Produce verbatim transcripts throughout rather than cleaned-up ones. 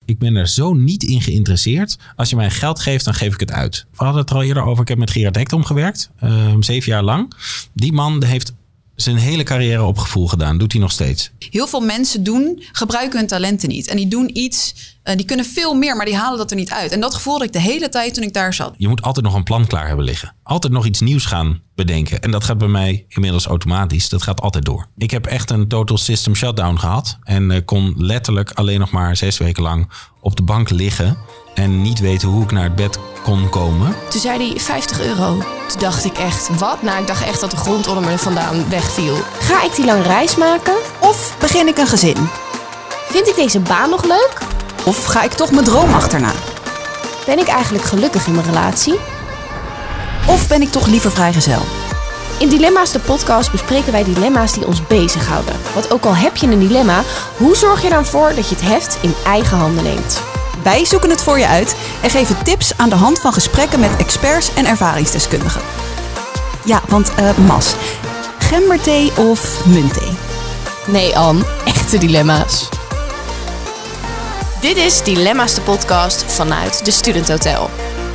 Ik ben er zo niet in geïnteresseerd. Als je mij geld geeft, dan geef ik het uit. We hadden het er al eerder over. Ik heb met Gerard Ekdom gewerkt. Uh, zeven jaar lang. Die man heeft zijn hele carrière op gevoel gedaan. Doet hij nog steeds. Heel veel mensen doen, gebruiken hun talenten niet. En die doen iets, uh, die kunnen veel meer, maar die halen dat er niet uit. En dat gevoel had ik de hele tijd toen ik daar zat. Je moet altijd nog een plan klaar hebben liggen. Altijd nog iets nieuws gaan bedenken. En dat gaat bij mij inmiddels automatisch. Dat gaat altijd door. Ik heb echt een total system shutdown gehad. En uh, kon letterlijk alleen nog maar zes weken lang op de bank liggen. En niet weten hoe ik naar het bed kon komen. Toen zei hij vijftig euro. Toen dacht ik echt, wat? Nou, ik dacht echt dat de grond onder me vandaan wegviel. Ga ik die lange reis maken? Of begin ik een gezin? Vind ik deze baan nog leuk? Of ga ik toch mijn droom achterna? Ben ik eigenlijk gelukkig in mijn relatie? Of ben ik toch liever vrijgezel? In Dilemma's de podcast bespreken wij dilemma's die ons bezighouden. Want ook al heb je een dilemma, hoe zorg je dan voor dat je het heft in eigen handen neemt? Wij zoeken het voor je uit en geven tips aan de hand van gesprekken met experts en ervaringsdeskundigen. Ja, want uh, Mas, gemberthee of muntthee? Nee, Ann, echte dilemma's. Dit is Dilemma's de podcast vanuit de Student Hotel.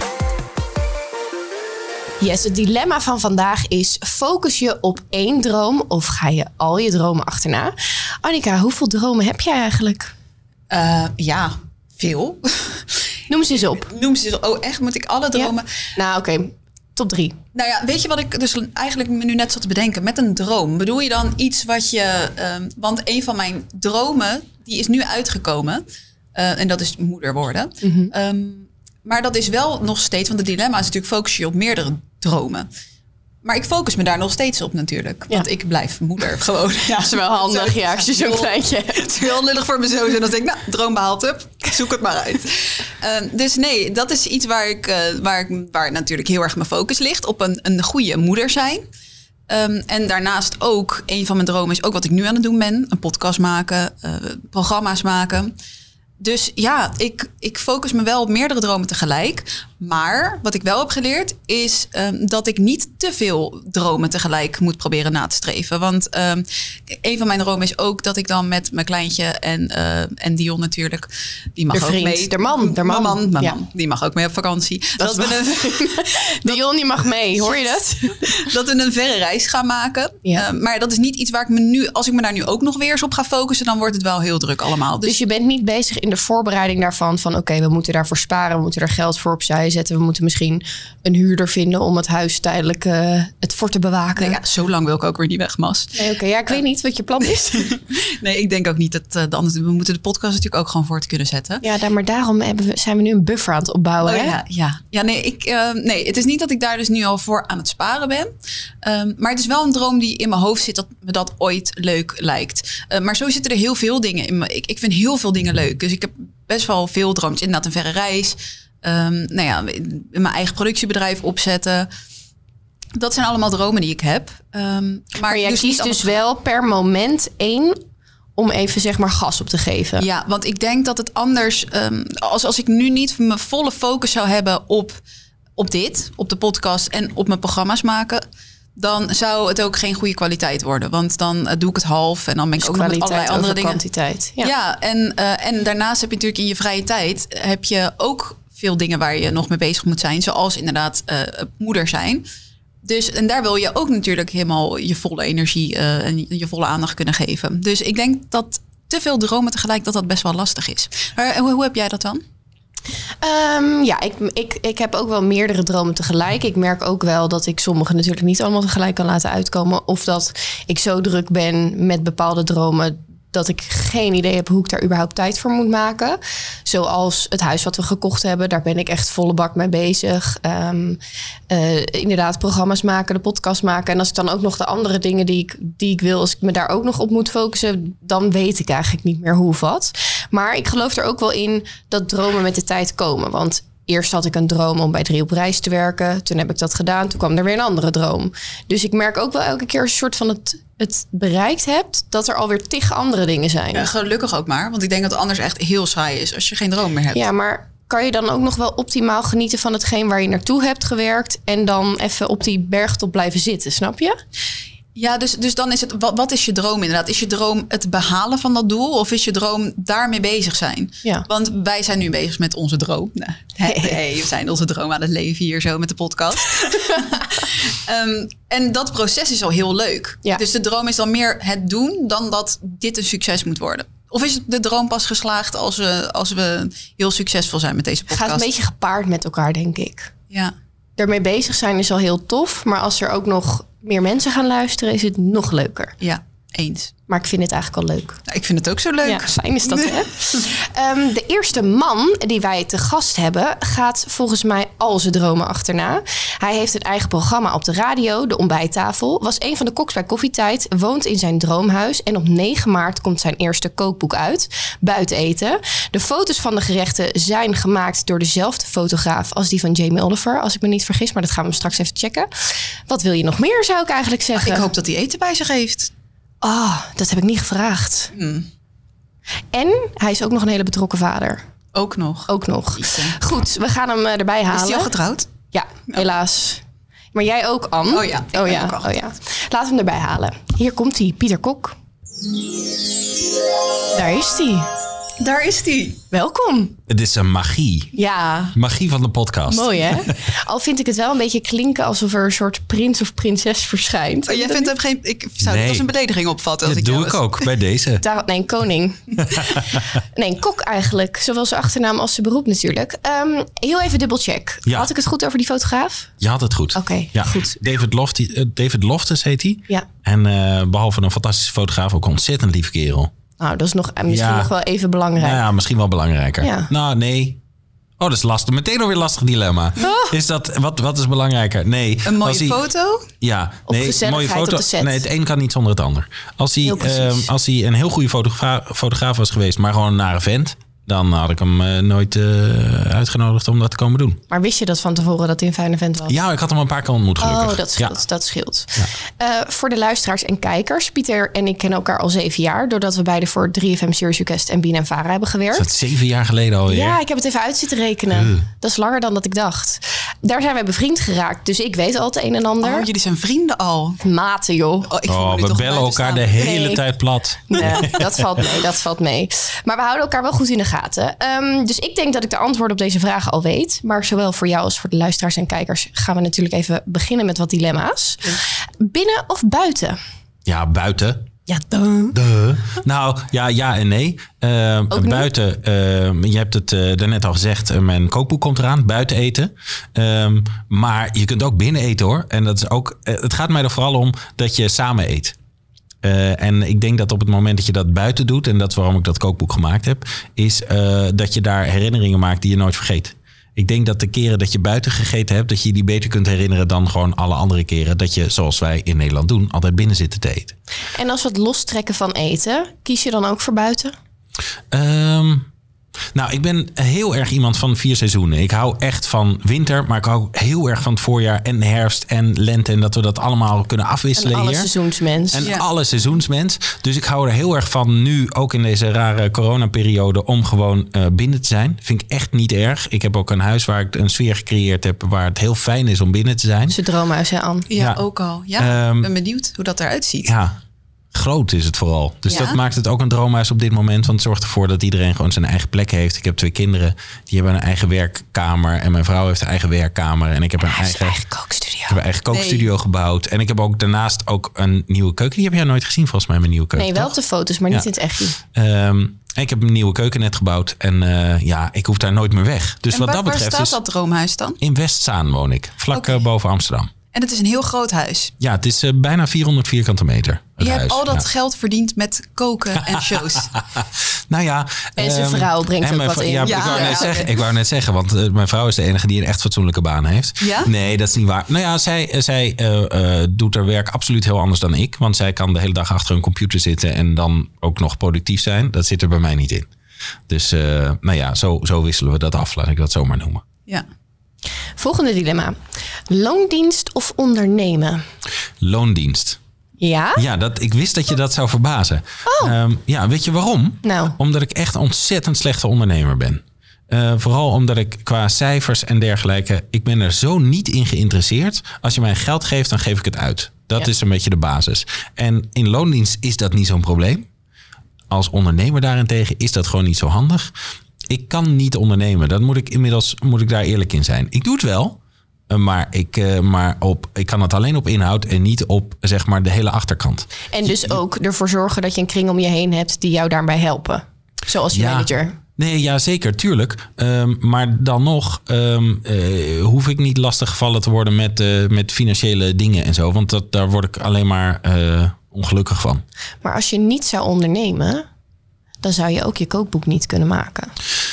Yes, het dilemma van vandaag is: focus je op één droom of ga je al je dromen achterna? Annika, hoeveel dromen heb jij eigenlijk? Uh, ja, veel. Noem ze eens op. Noem ze eens op. Oh, echt? Moet ik alle dromen? Ja. Nou, oké. Okay. Top drie. Nou ja, weet je wat ik dus eigenlijk me nu net zat te bedenken? Met een droom. Bedoel je dan iets wat je... Um, want een van mijn dromen, die is nu uitgekomen. Uh, en dat is moeder worden. Mm-hmm. Um, maar dat is wel nog steeds... Want het dilemma is natuurlijk, focus je op meerdere dromen. Maar ik focus me daar nog steeds op natuurlijk. Want ja. ik blijf moeder gewoon. Ja, dat is wel handig, zo, ja, als je zo'n heel, kleintje hebt. Het is heel lullig voor mijn zoon. En dan denk ik, nou, droom behaald, up. Zoek het maar uit. Uh, dus nee, dat is iets waar, ik, uh, waar, ik, waar natuurlijk heel erg mijn focus ligt. Op een, een goede moeder zijn. Um, en daarnaast ook, een van mijn dromen is ook wat ik nu aan het doen ben. Een podcast maken, uh, programma's maken. Dus ja, ik, ik focus me wel op meerdere dromen tegelijk. Maar wat ik wel heb geleerd is um, dat ik niet te veel dromen tegelijk moet proberen na te streven. Want um, een van mijn dromen is ook dat ik dan met mijn kleintje en, uh, en Dion natuurlijk, die mag de ook vriend, mee. De man, de man. Mijn man, mijn ja. man, die mag ook mee op vakantie. Dat, dat we een, Dion, die mag mee, hoor je dat? Dat we een verre reis gaan maken. Ja. Uh, maar dat is niet iets waar ik me nu, als ik me daar nu ook nog weer eens op ga focussen, dan wordt het wel heel druk allemaal. Dus, dus je bent niet bezig in de voorbereiding daarvan van oké, okay, we moeten daarvoor sparen, we moeten er geld voor opzij zetten, we moeten misschien een huurder vinden om het huis tijdelijk uh, het fort te bewaken. Nee, ja, zo lang wil ik ook weer niet weg, Mas. Nee, oké, okay, ja, ik uh, weet niet wat je plan is. Nee, ik denk ook niet dat uh, de anders, we moeten de podcast natuurlijk ook gewoon voort kunnen zetten. Ja, daar, maar daarom hebben we, zijn we nu een buffer aan het opbouwen. Oh, hè? Ja, ja. ja nee, ik, uh, nee, het is niet dat ik daar dus nu al voor aan het sparen ben. Um, maar het is wel een droom die in mijn hoofd zit dat me dat ooit leuk lijkt. Uh, maar zo zitten er heel veel dingen in me. Ik, ik vind heel veel dingen leuk. Dus ik heb best wel veel droomtjes. Inderdaad, een verre reis. Um, nou ja, mijn eigen productiebedrijf opzetten. Dat zijn allemaal dromen die ik heb. Um, maar maar jij dus kiest dus wel per moment één om even zeg maar gas op te geven. Ja, want ik denk dat het anders... Um, als, als ik nu niet mijn volle focus zou hebben op, op dit, op de podcast en op mijn programma's maken, dan zou het ook geen goede kwaliteit worden. Want dan uh, doe ik het half en dan ben ik dus ook nog met allerlei andere dingen. Kwantiteit. Ja, ja en, uh, en daarnaast heb je natuurlijk in je vrije tijd heb je ook veel dingen waar je nog mee bezig moet zijn. Zoals inderdaad uh, moeder zijn. Dus en daar wil je ook natuurlijk helemaal je volle energie uh, en je volle aandacht kunnen geven. Dus ik denk dat te veel dromen tegelijk dat dat best wel lastig is. Maar hoe, hoe heb jij dat dan? Um, ja, ik, ik, ik heb ook wel meerdere dromen tegelijk. Ik merk ook wel dat ik sommige natuurlijk niet allemaal tegelijk kan laten uitkomen. Of dat ik zo druk ben met bepaalde dromen dat ik geen idee heb hoe ik daar überhaupt tijd voor moet maken. Zoals het huis wat we gekocht hebben. Daar ben ik echt volle bak mee bezig. Um, uh, inderdaad, programma's maken, de podcast maken. En als ik dan ook nog de andere dingen die ik, die ik wil, als ik me daar ook nog op moet focussen, dan weet ik eigenlijk niet meer hoe of wat. Maar ik geloof er ook wel in dat dromen met de tijd komen. Want eerst had ik een droom om bij Drie op Reis te werken. Toen heb ik dat gedaan. Toen kwam er weer een andere droom. Dus ik merk ook wel elke keer als je soort van het, het bereikt hebt, dat er alweer tig andere dingen zijn. Ja, gelukkig ook maar. Want ik denk dat het anders echt heel saai is als je geen droom meer hebt. Ja, maar kan je dan ook nog wel optimaal genieten van hetgeen waar je naartoe hebt gewerkt en dan even op die bergtop blijven zitten, snap je? Ja, dus, dus dan is het, wat, wat is je droom inderdaad? Is je droom het behalen van dat doel of is je droom daarmee bezig zijn? Ja. Want wij zijn nu bezig met onze droom. Nou, hey, hey, we zijn onze droom aan het leven hier zo met de podcast. um, en dat proces is al heel leuk. Ja. Dus de droom is dan meer het doen dan dat dit een succes moet worden. Of is de droom pas geslaagd als we, als we heel succesvol zijn met deze Het podcast? gaat een beetje gepaard met elkaar, denk ik. Ja. Daarmee bezig zijn is al heel tof. Maar als er ook nog meer mensen gaan luisteren, is het nog leuker. Ja, eens. Maar ik vind het eigenlijk al leuk. Nou, ik vind het ook zo leuk. Ja, fijn is dat, hè? um, de eerste man die wij te gast hebben gaat volgens mij al zijn dromen achterna. Hij heeft een eigen programma op de radio, De Ontbijttafel. Was een van de koks bij Koffietijd. Woont in zijn droomhuis. En op negen maart komt zijn eerste kookboek uit. Buiten eten. De foto's van de gerechten zijn gemaakt door dezelfde fotograaf als die van Jamie Oliver. Als ik me niet vergis, maar dat gaan we straks even checken. Wat wil je nog meer, zou ik eigenlijk zeggen? Ik hoop dat hij eten bij zich heeft. Oh, dat heb ik niet gevraagd. Hmm. En hij is ook nog een hele betrokken vader. Ook nog. Ook nog. Jeetje. Goed, we gaan hem eh, erbij halen. Is hij al getrouwd? Ja, helaas. Maar jij ook, Anne? Oh ja, ik oh ben ja, ook al oh ja. Laten we hem erbij halen. Hier komt hij, Pieter Kok. Daar is hij. Daar is hij. Welkom. Het is een magie. Ja, Magie van de podcast. mooi hè? Al vind ik het wel een beetje klinken alsof er een soort prins of prinses verschijnt. Oh, jij vindt hem geen... Ik zou Nee. het als een belediging opvatten. Als Dat ik doe jou ik was. ook bij deze. Daar, nee, een koning. Nee, een kok eigenlijk. Zowel zijn achternaam als zijn beroep natuurlijk. Um, heel even dubbelcheck. Ja. Had ik het goed over die fotograaf? Je had het goed. Oké, ja. goed. David, Lofty, uh, David Loftus heet hij. Ja. En uh, behalve een fantastische fotograaf ook een ontzettend lieve kerel. Nou, dat is nog, misschien Ja. nog wel even belangrijk. Nou ja, misschien wel belangrijker. Ja. Nou, nee. Oh, dat is lastig. Meteen alweer een lastig dilemma. Oh. Is dat, wat, wat is belangrijker? Nee. Een mooie als hij- foto? Ja, Of nee, gezelligheid mooie foto. op de set. Nee, het een kan niet zonder het ander. Als hij, Heel precies. ehm, als hij een heel goede fotogra- fotograaf was geweest, maar gewoon een nare vent, dan had ik hem uh, nooit uh, uitgenodigd om dat te komen doen. Maar wist je dat van tevoren dat hij een fijne vent was? Ja, ik had hem een paar keer ontmoet, gelukkig. Oh, dat scheelt. Ja. Dat scheelt. Uh, voor de luisteraars en kijkers. Pieter en ik kennen elkaar al zeven jaar. Doordat we beide voor drie F M Serious Request en Bien en Vara hebben gewerkt. Is dat zeven jaar geleden alweer? Ja, ik heb het even uit zitten rekenen. Uh. Dat is langer dan dat ik dacht. Daar zijn wij bevriend geraakt. Dus ik weet al het een en ander. Oh, jullie zijn vrienden al. Maten, joh. Oh, ik voel me Oh, nu we toch bellen buiten elkaar staan. de hele Nee. tijd plat. Nee, dat valt mee, dat valt mee. Maar we houden elkaar wel goed in de gaten. Um, dus ik denk dat ik de antwoorden op deze vragen al weet. Maar zowel voor jou als voor de luisteraars en kijkers gaan we natuurlijk even beginnen met wat dilemma's. Binnen of buiten? Ja, buiten. Ja, duh. Duh. Nou, ja, ja en nee. Uh, niet? buiten, uh, je hebt het uh, daarnet al gezegd, uh, mijn kookboek komt eraan, buiten eten. Um, maar je kunt ook binnen eten hoor. En dat is ook, uh, het gaat mij er vooral om dat je samen eet. Uh, en ik denk dat op het moment dat je dat buiten doet, en dat is waarom ik dat kookboek gemaakt heb, is uh, dat je daar herinneringen maakt die je nooit vergeet. Ik denk dat de keren dat je buiten gegeten hebt, dat je die beter kunt herinneren dan gewoon alle andere keren dat je, zoals wij in Nederland doen, altijd binnen zit te eten. En als we het lostrekken van eten, kies je dan ook voor buiten? Um, nou, ik ben heel erg iemand van vier seizoenen. Ik hou echt van winter, maar ik hou heel erg van het voorjaar en herfst en lente. En dat we dat allemaal kunnen afwisselen En alle hier. seizoensmens. En Ja. alle seizoensmens. Dus ik hou er heel erg van nu, ook in deze rare coronaperiode, om gewoon uh, binnen te zijn. Vind ik echt niet erg. Ik heb ook een huis waar ik een sfeer gecreëerd heb waar het heel fijn is om binnen te zijn. Zijn droomhuis, hè, Anne? Ja, Ja. ook al. Ja, Um, ik ben benieuwd hoe dat eruit ziet. Ja, groot is het vooral. Dus Ja. dat maakt het ook een droomhuis op dit moment. Want het zorgt ervoor dat iedereen gewoon zijn eigen plek heeft. Ik heb twee kinderen. Die hebben een eigen werkkamer. En mijn vrouw heeft een eigen werkkamer. En ik heb een Hij heeft eigen, een eigen kookstudio. ik heb een eigen kookstudio gebouwd. En ik heb ook daarnaast ook een nieuwe keuken. Die heb jij nooit gezien volgens mij, mijn nieuwe keuken. Nee, wel toch? op de foto's, maar niet Ja. in het echtje. Um, ik heb een nieuwe keuken net gebouwd. En uh, ja, ik hoef daar nooit meer weg. Dus en wat waar, dat waar betreft staat is... dat droomhuis dan? In Westzaan woon ik. Vlak Oké. uh, boven Amsterdam. En het is een heel groot huis. Ja, het is uh, bijna vierhonderd vierkante meter. Het Je huis. hebt al dat Ja. geld verdiend met koken en shows. Nou ja. En zijn ehm, vrouw brengt en ook mijn wat vrou- in. Ja, Ja, ik, wou ja, net oké. zeggen, ik wou net zeggen, want uh, mijn vrouw is de enige die een echt fatsoenlijke baan heeft. Ja? Nee, dat is niet waar. Nou ja, zij, zij uh, uh, doet haar werk absoluut heel anders dan ik. Want zij kan de hele dag achter een computer zitten en dan ook nog productief zijn. Dat zit er bij mij niet in. Dus uh, nou ja, zo, zo wisselen we dat af, laat ik dat zo maar noemen. Ja. Volgende dilemma. Loondienst of ondernemen? Loondienst. Ja? Ja, dat, ik wist dat je dat zou verbazen. Oh. Um, ja, weet je waarom? Nou. Omdat ik echt een ontzettend slechte ondernemer ben. Uh, vooral omdat ik qua cijfers en dergelijke... ik ben er zo niet in geïnteresseerd. Als je mij geld geeft, dan geef ik het uit. Dat Ja. is een beetje de basis. En in loondienst is dat niet zo'n probleem. Als ondernemer daarentegen is dat gewoon niet zo handig. Ik kan niet ondernemen. Dat moet ik inmiddels moet ik daar eerlijk in zijn. Ik doe het wel. Maar, ik, uh, maar op, ik kan het alleen op inhoud en niet op zeg maar de hele achterkant. En dus ook ervoor zorgen dat je een kring om je heen hebt die jou daarbij helpen. Zoals je Ja. manager. Nee, ja, zeker, tuurlijk. Um, maar dan nog um, uh, hoef ik niet lastiggevallen te worden met, uh, met financiële dingen en zo. Want dat, daar word ik alleen maar uh, ongelukkig van. Maar als je niet zou ondernemen, dan zou je ook je kookboek niet kunnen maken.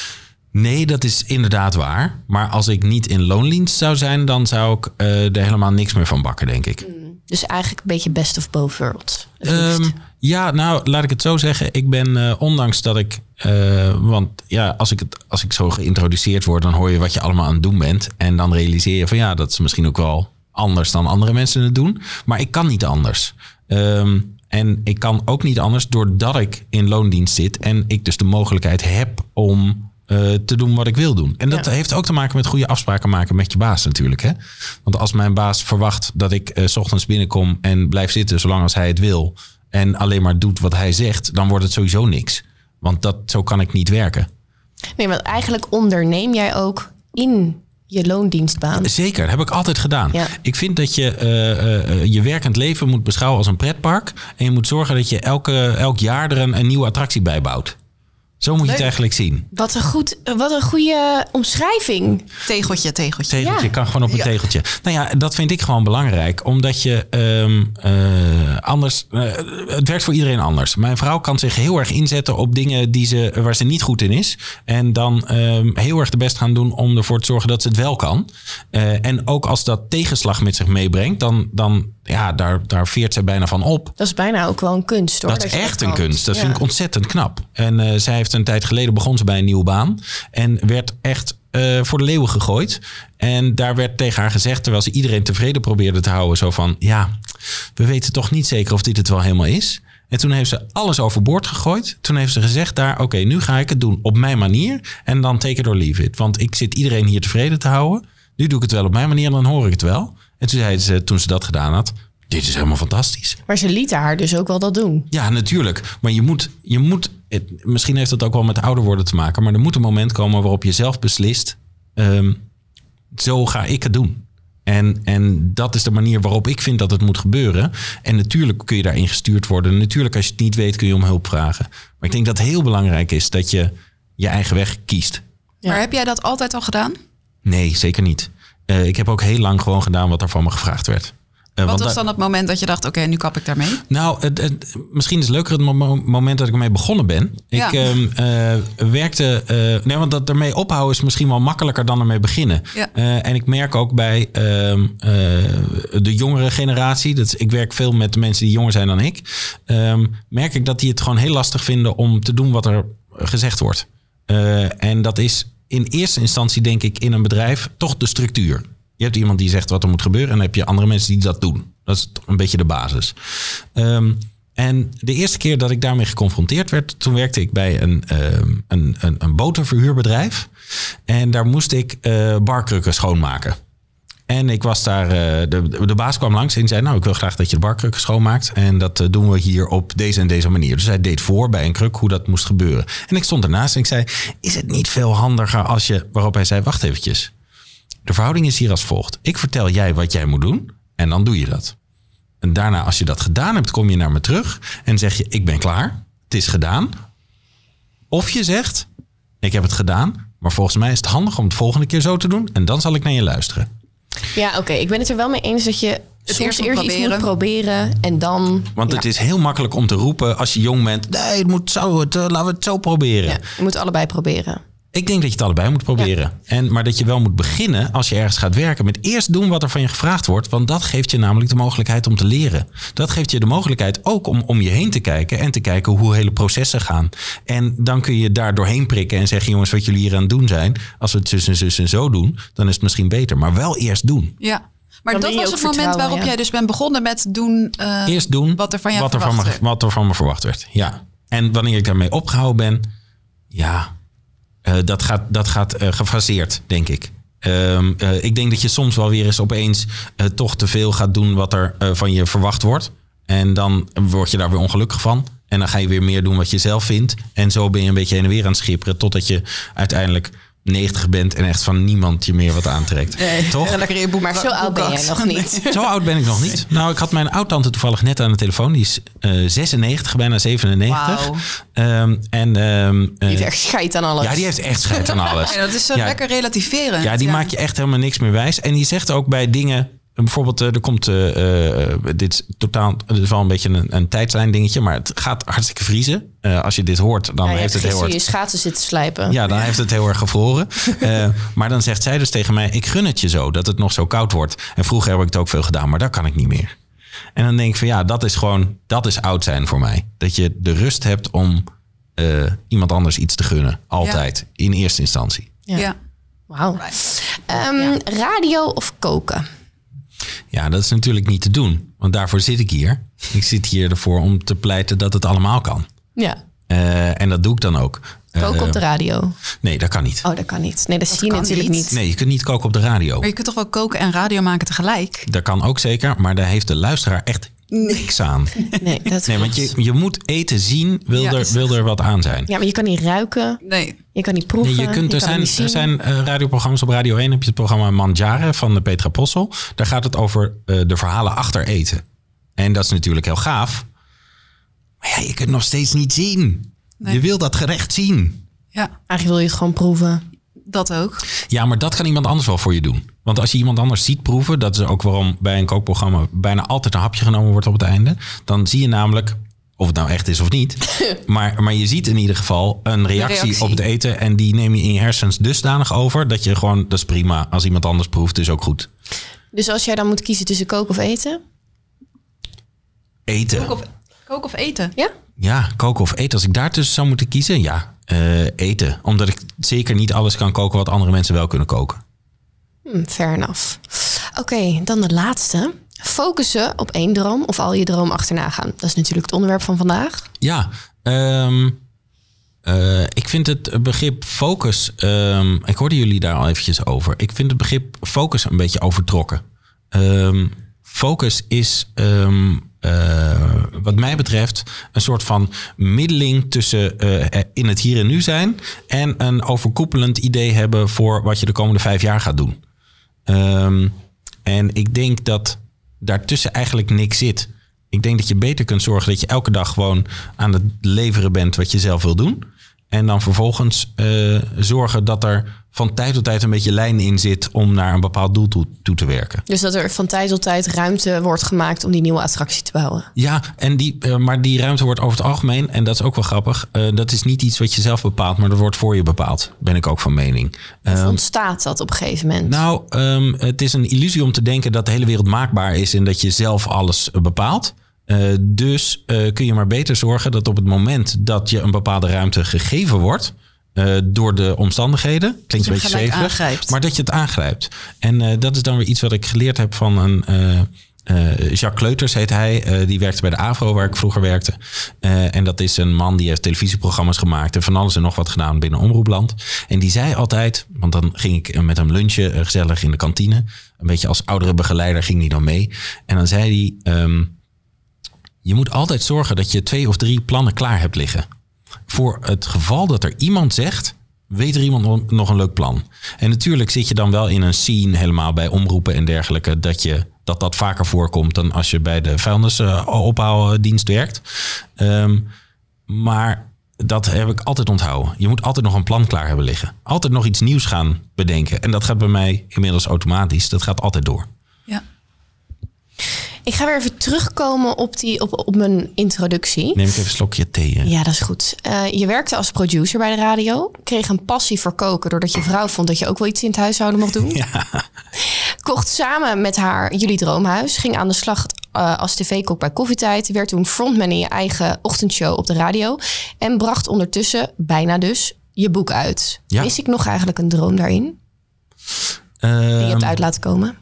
Nee, dat is inderdaad waar. Maar als ik niet in loondienst zou zijn, dan zou ik uh, er helemaal niks meer van bakken, denk ik. Dus eigenlijk een beetje best of both worlds. Um, ja, nou, laat ik het zo zeggen. Ik ben, uh, ondanks dat ik... Uh, want ja, als ik, het, als ik zo geïntroduceerd word, dan hoor je wat je allemaal aan het doen bent. En dan realiseer je van ja, dat is misschien ook wel anders dan andere mensen het doen. Maar ik kan niet anders. Um, en ik kan ook niet anders doordat ik in loondienst zit. En ik dus de mogelijkheid heb om... Uh, te doen wat ik wil doen. En dat ja. heeft ook te maken met goede afspraken maken met je baas natuurlijk. Hè? Want als mijn baas verwacht dat ik uh, 's ochtends binnenkom en blijf zitten zolang als hij het wil en alleen maar doet wat hij zegt, dan wordt het sowieso niks. Want dat, zo kan ik niet werken. Nee, want eigenlijk onderneem jij ook in je loondienstbaan. Zeker, dat heb ik altijd gedaan. Ja. Ik vind dat je uh, uh, je werkend leven moet beschouwen als een pretpark. En je moet zorgen dat je elke, elk jaar er een, een nieuwe attractie bij bouwt. Zo moet je het eigenlijk zien. Wat een, goed, wat een goede omschrijving. Tegeltje, tegeltje. Tegeltje, Ja. kan gewoon op een Ja. tegeltje. Nou ja, dat vind ik gewoon belangrijk. Omdat je um, uh, anders... Uh, het werkt voor iedereen anders. Mijn vrouw kan zich heel erg inzetten op dingen die ze, waar ze niet goed in is. En dan um, heel erg de best gaan doen om ervoor te zorgen dat ze het wel kan. Uh, en ook als dat tegenslag met zich meebrengt, dan, dan ja, daar, daar veert ze bijna van op. Dat is bijna ook wel een kunst, hoor. Dat is je echt kan. een kunst. Dat Ja. vind ik ontzettend knap. En uh, zij heeft een tijd geleden begon ze bij een nieuwe baan. En werd echt uh, voor de leeuwen gegooid. En daar werd tegen haar gezegd, terwijl ze iedereen tevreden probeerde te houden. Zo van, ja, we weten toch niet zeker of dit het wel helemaal is. En toen heeft ze alles overboord gegooid. Toen heeft ze gezegd daar, oké, okay, nu ga ik het doen op mijn manier. En dan take it or leave it. Want ik zit iedereen hier tevreden te houden. Nu doe ik het wel op mijn manier en dan hoor ik het wel. En toen zei ze, toen ze dat gedaan had, dit is helemaal fantastisch. Maar ze lieten haar dus ook wel dat doen. Ja, natuurlijk. Maar je moet, je moet het, misschien heeft dat ook wel met ouder worden te maken. Maar er moet een moment komen waarop je zelf beslist, um, zo ga ik het doen. En, en dat is de manier waarop ik vind dat het moet gebeuren. En natuurlijk kun je daarin gestuurd worden. Natuurlijk, als je het niet weet, kun je om hulp vragen. Maar ik denk dat het heel belangrijk is dat je je eigen weg kiest. Ja. Maar heb jij dat altijd al gedaan? Nee, zeker niet. Uh, ik heb ook heel lang gewoon gedaan wat er van me gevraagd werd. Uh, Wat was dan het moment dat je dacht, oké, okay, nu kap ik daarmee? Nou, het, het, misschien is het leuker het moment dat ik ermee begonnen ben. Ja. Ik um, uh, werkte... Uh, nee, want dat ermee ophouden is misschien wel makkelijker dan ermee beginnen. Ja. Uh, en ik merk ook bij um, uh, de jongere generatie... Dat, ik werk veel met mensen die jonger zijn dan ik... Um, merk ik dat die het gewoon heel lastig vinden om te doen wat er gezegd wordt. Uh, en dat is in eerste instantie, denk ik, in een bedrijf toch de structuur. Je hebt iemand die zegt wat er moet gebeuren... en dan heb je andere mensen die dat doen. Dat is een beetje de basis. Um, en de eerste keer dat ik daarmee geconfronteerd werd... toen werkte ik bij een, um, een, een, een botenverhuurbedrijf. En daar moest ik uh, barkrukken schoonmaken. En ik was daar... Uh, de, de baas kwam langs en zei... nou, ik wil graag dat je de barkrukken schoonmaakt. En dat uh, doen we hier op deze en deze manier. Dus hij deed voor bij een kruk hoe dat moest gebeuren. En ik stond ernaast en ik zei... is het niet veel handiger als je... waarop hij zei, wacht eventjes... De verhouding is hier als volgt. Ik vertel jij wat jij moet doen en dan doe je dat. En daarna, als je dat gedaan hebt, kom je naar me terug en zeg je, ik ben klaar. Het is gedaan. Of je zegt, ik heb het gedaan, maar volgens mij is het handig om het volgende keer zo te doen en dan zal ik naar je luisteren. Ja, oké. Okay. Ik ben het er wel mee eens dat je het soms eerst, eerst iets moet proberen en dan... Want ja. het is heel makkelijk om te roepen als je jong bent, nee, het moet zo, het, uh, laten we het zo proberen. Ja, je moet allebei proberen. Ik denk dat je het allebei moet proberen. Ja. En, maar dat je wel moet beginnen als je ergens gaat werken... met eerst doen wat er van je gevraagd wordt. Want dat geeft je namelijk de mogelijkheid om te leren. Dat geeft je de mogelijkheid ook om om je heen te kijken... en te kijken hoe hele processen gaan. En dan kun je daar doorheen prikken en zeggen... jongens, wat jullie hier aan het doen zijn... als we het zus en zus en zo doen, dan is het misschien beter. Maar wel eerst doen. Ja. Maar Dan dat was het moment waarop ja. jij dus bent begonnen met doen... Uh, eerst doen wat er van, jou wat, er van me, wat er van me verwacht werd. Ja. En wanneer ik daarmee opgehouden ben... ja... Uh, dat gaat, dat gaat uh, gefaseerd, denk ik. Um, uh, ik denk dat je soms wel weer eens opeens uh, toch te veel gaat doen wat er uh, van je verwacht wordt. En dan word je daar weer ongelukkig van. En dan ga je weer meer doen wat je zelf vindt. En zo ben je een beetje heen en weer aan het schipperen. Totdat je uiteindelijk negentig bent en echt van niemand je meer wat aantrekt. Nee, toch? Lekker in je boek, Maar zo oud ben jij nog niet. Zo oud ben ik nog niet. Nou, ik had mijn oud-tante toevallig net aan de telefoon. Die is uh, zesennegentig, bijna zevenennegentig. Wauw. Um, en, um, uh, Die heeft echt scheid aan alles. Ja, die heeft echt scheid aan alles. Ja, dat is zo Ja. lekker relativerend. Ja, die ja. maak je echt helemaal niks meer wijs. En die zegt ook bij dingen... Bijvoorbeeld, er komt... Uh, uh, dit is totaal... Het is wel een beetje een, een tijdslijn dingetje. Maar het gaat hartstikke vriezen. Uh, als je dit hoort, dan Ja, je heeft het hebt heel erg... je schaatsen zitten slijpen. Ja, dan heeft het heel erg gevroren. Uh, maar dan zegt zij dus tegen mij... Ik gun het je zo, dat het nog zo koud wordt. En vroeger heb ik het ook veel gedaan, maar dat kan ik niet meer. En dan denk ik van ja, dat is gewoon... Dat is oud zijn voor mij. Dat je de rust hebt om uh, iemand anders iets te gunnen. Altijd. Ja. In eerste instantie. Ja. Ja. Wauw. Right. Um, ja. Radio of koken? Ja, dat is natuurlijk niet te doen. Want daarvoor zit ik hier. Ik zit hier ervoor om te pleiten dat het allemaal kan. Ja. Uh, en dat doe ik dan ook. Koken uh, op de radio? Nee, dat kan niet. Oh, dat kan niet. Nee, dat, dat zie je natuurlijk niet. niet. Nee, je kunt niet koken op de radio. Maar je kunt toch wel koken en radio maken tegelijk? Dat kan ook zeker, maar daar heeft de luisteraar echt niks aan. Nee, dat nee want je, je moet eten zien, wil, ja, er, wil er wat aan zijn. Ja, maar je kan niet ruiken. Nee. Je kan niet proeven. Nee, je kunt, je er, kan zijn, er zijn uh, radioprogramma's op Radio één. Heb je het programma Mandjaren van de Petra Possel. Daar gaat het over uh, de verhalen achter eten. En dat is natuurlijk heel gaaf. Maar ja, je kunt het nog steeds niet zien. Nee. Je wil dat gerecht zien. Ja. Eigenlijk wil je het gewoon proeven. Dat ook. Ja, maar dat kan iemand anders wel voor je doen. Want als je iemand anders ziet proeven... dat is ook waarom bij een kookprogramma... bijna altijd een hapje genomen wordt op het einde. Dan zie je namelijk... of het nou echt is of niet. maar, maar je ziet in ieder geval een reactie, reactie op het eten... en die neem je in je hersens dusdanig over... dat je gewoon, dat is prima. Als iemand anders proeft, is ook goed. Dus als jij dan moet kiezen tussen koken of eten? Eten. Koken of, koken of eten? Ja? Ja, koken of eten. Als ik daartussen zou moeten kiezen, ja, uh, eten. Omdat ik zeker niet alles kan koken wat andere mensen wel kunnen koken. Hmm, fair enough. Oké, okay, dan de laatste. Focussen op één droom of al je droom achterna gaan. Dat is natuurlijk het onderwerp van vandaag. Ja, um, uh, ik vind het begrip focus... Um, ik hoorde jullie daar al eventjes over. Ik vind het begrip focus een beetje overtrokken. Um, focus is... Um, Uh, wat mij betreft een soort van middeling tussen uh, in het hier en nu zijn... en een overkoepelend idee hebben voor wat je de komende vijf jaar gaat doen. Um, en ik denk dat daartussen eigenlijk niks zit. Ik denk dat je beter kunt zorgen dat je elke dag gewoon aan het leveren bent wat je zelf wil doen. En dan vervolgens uh, zorgen dat er van tijd tot tijd een beetje lijn in zit om naar een bepaald doel toe, toe te werken. Dus dat er van tijd tot tijd ruimte wordt gemaakt om die nieuwe attractie te bouwen. Ja, en die, uh, maar die ruimte wordt over het algemeen, en dat is ook wel grappig, uh, dat is niet iets wat je zelf bepaalt, maar dat wordt voor je bepaald. Ben ik ook van mening. Of um, ontstaat dat op een gegeven moment? Nou, um, het is een illusie om te denken dat de hele wereld maakbaar is en dat je zelf alles uh, bepaalt. Uh, dus uh, kun je maar beter zorgen dat op het moment dat je een bepaalde ruimte gegeven wordt... Uh, door de omstandigheden, klinkt een beetje zweverig, maar dat je het aangrijpt. En uh, dat is dan weer iets wat ik geleerd heb van een... Uh, Uh, Jacques Kleuters heet hij. Uh, die werkte bij de AVRO, waar ik vroeger werkte. Uh, en dat is een man die heeft televisieprogramma's gemaakt... en van alles en nog wat gedaan binnen Omroepland. En die zei altijd... want dan ging ik met hem lunchen, uh, gezellig in de kantine. Een beetje als oudere begeleider ging hij dan mee. En dan zei hij... Um, je moet altijd zorgen dat je twee of drie plannen klaar hebt liggen. Voor het geval dat er iemand zegt... weet er iemand nog een leuk plan? En natuurlijk zit je dan wel in een scene... helemaal bij omroepen en dergelijke... dat je, dat, dat vaker voorkomt dan als je bij de vuilnisophaaldienst uh, werkt. Um, maar dat heb ik altijd onthouden. Je moet altijd nog een plan klaar hebben liggen. Altijd nog iets nieuws gaan bedenken. En dat gaat bij mij inmiddels automatisch. Dat gaat altijd door. Ja. Ik ga weer even terugkomen op, die, op, op mijn introductie. Neem ik even een slokje thee. Hè? Ja, dat is goed. Uh, je werkte als producer bij de radio. Kreeg een passie voor koken... doordat je vrouw vond dat je ook wel iets in het huishouden mocht doen. Ja. Kocht samen met haar jullie droomhuis. Ging aan de slag uh, als tv-kok bij Koffietijd. Werd toen frontman in je eigen ochtendshow op de radio. En bracht ondertussen, bijna dus, je boek uit. Ja. Mis ik nog eigenlijk een droom daarin? Um, die je hebt uit laten komen?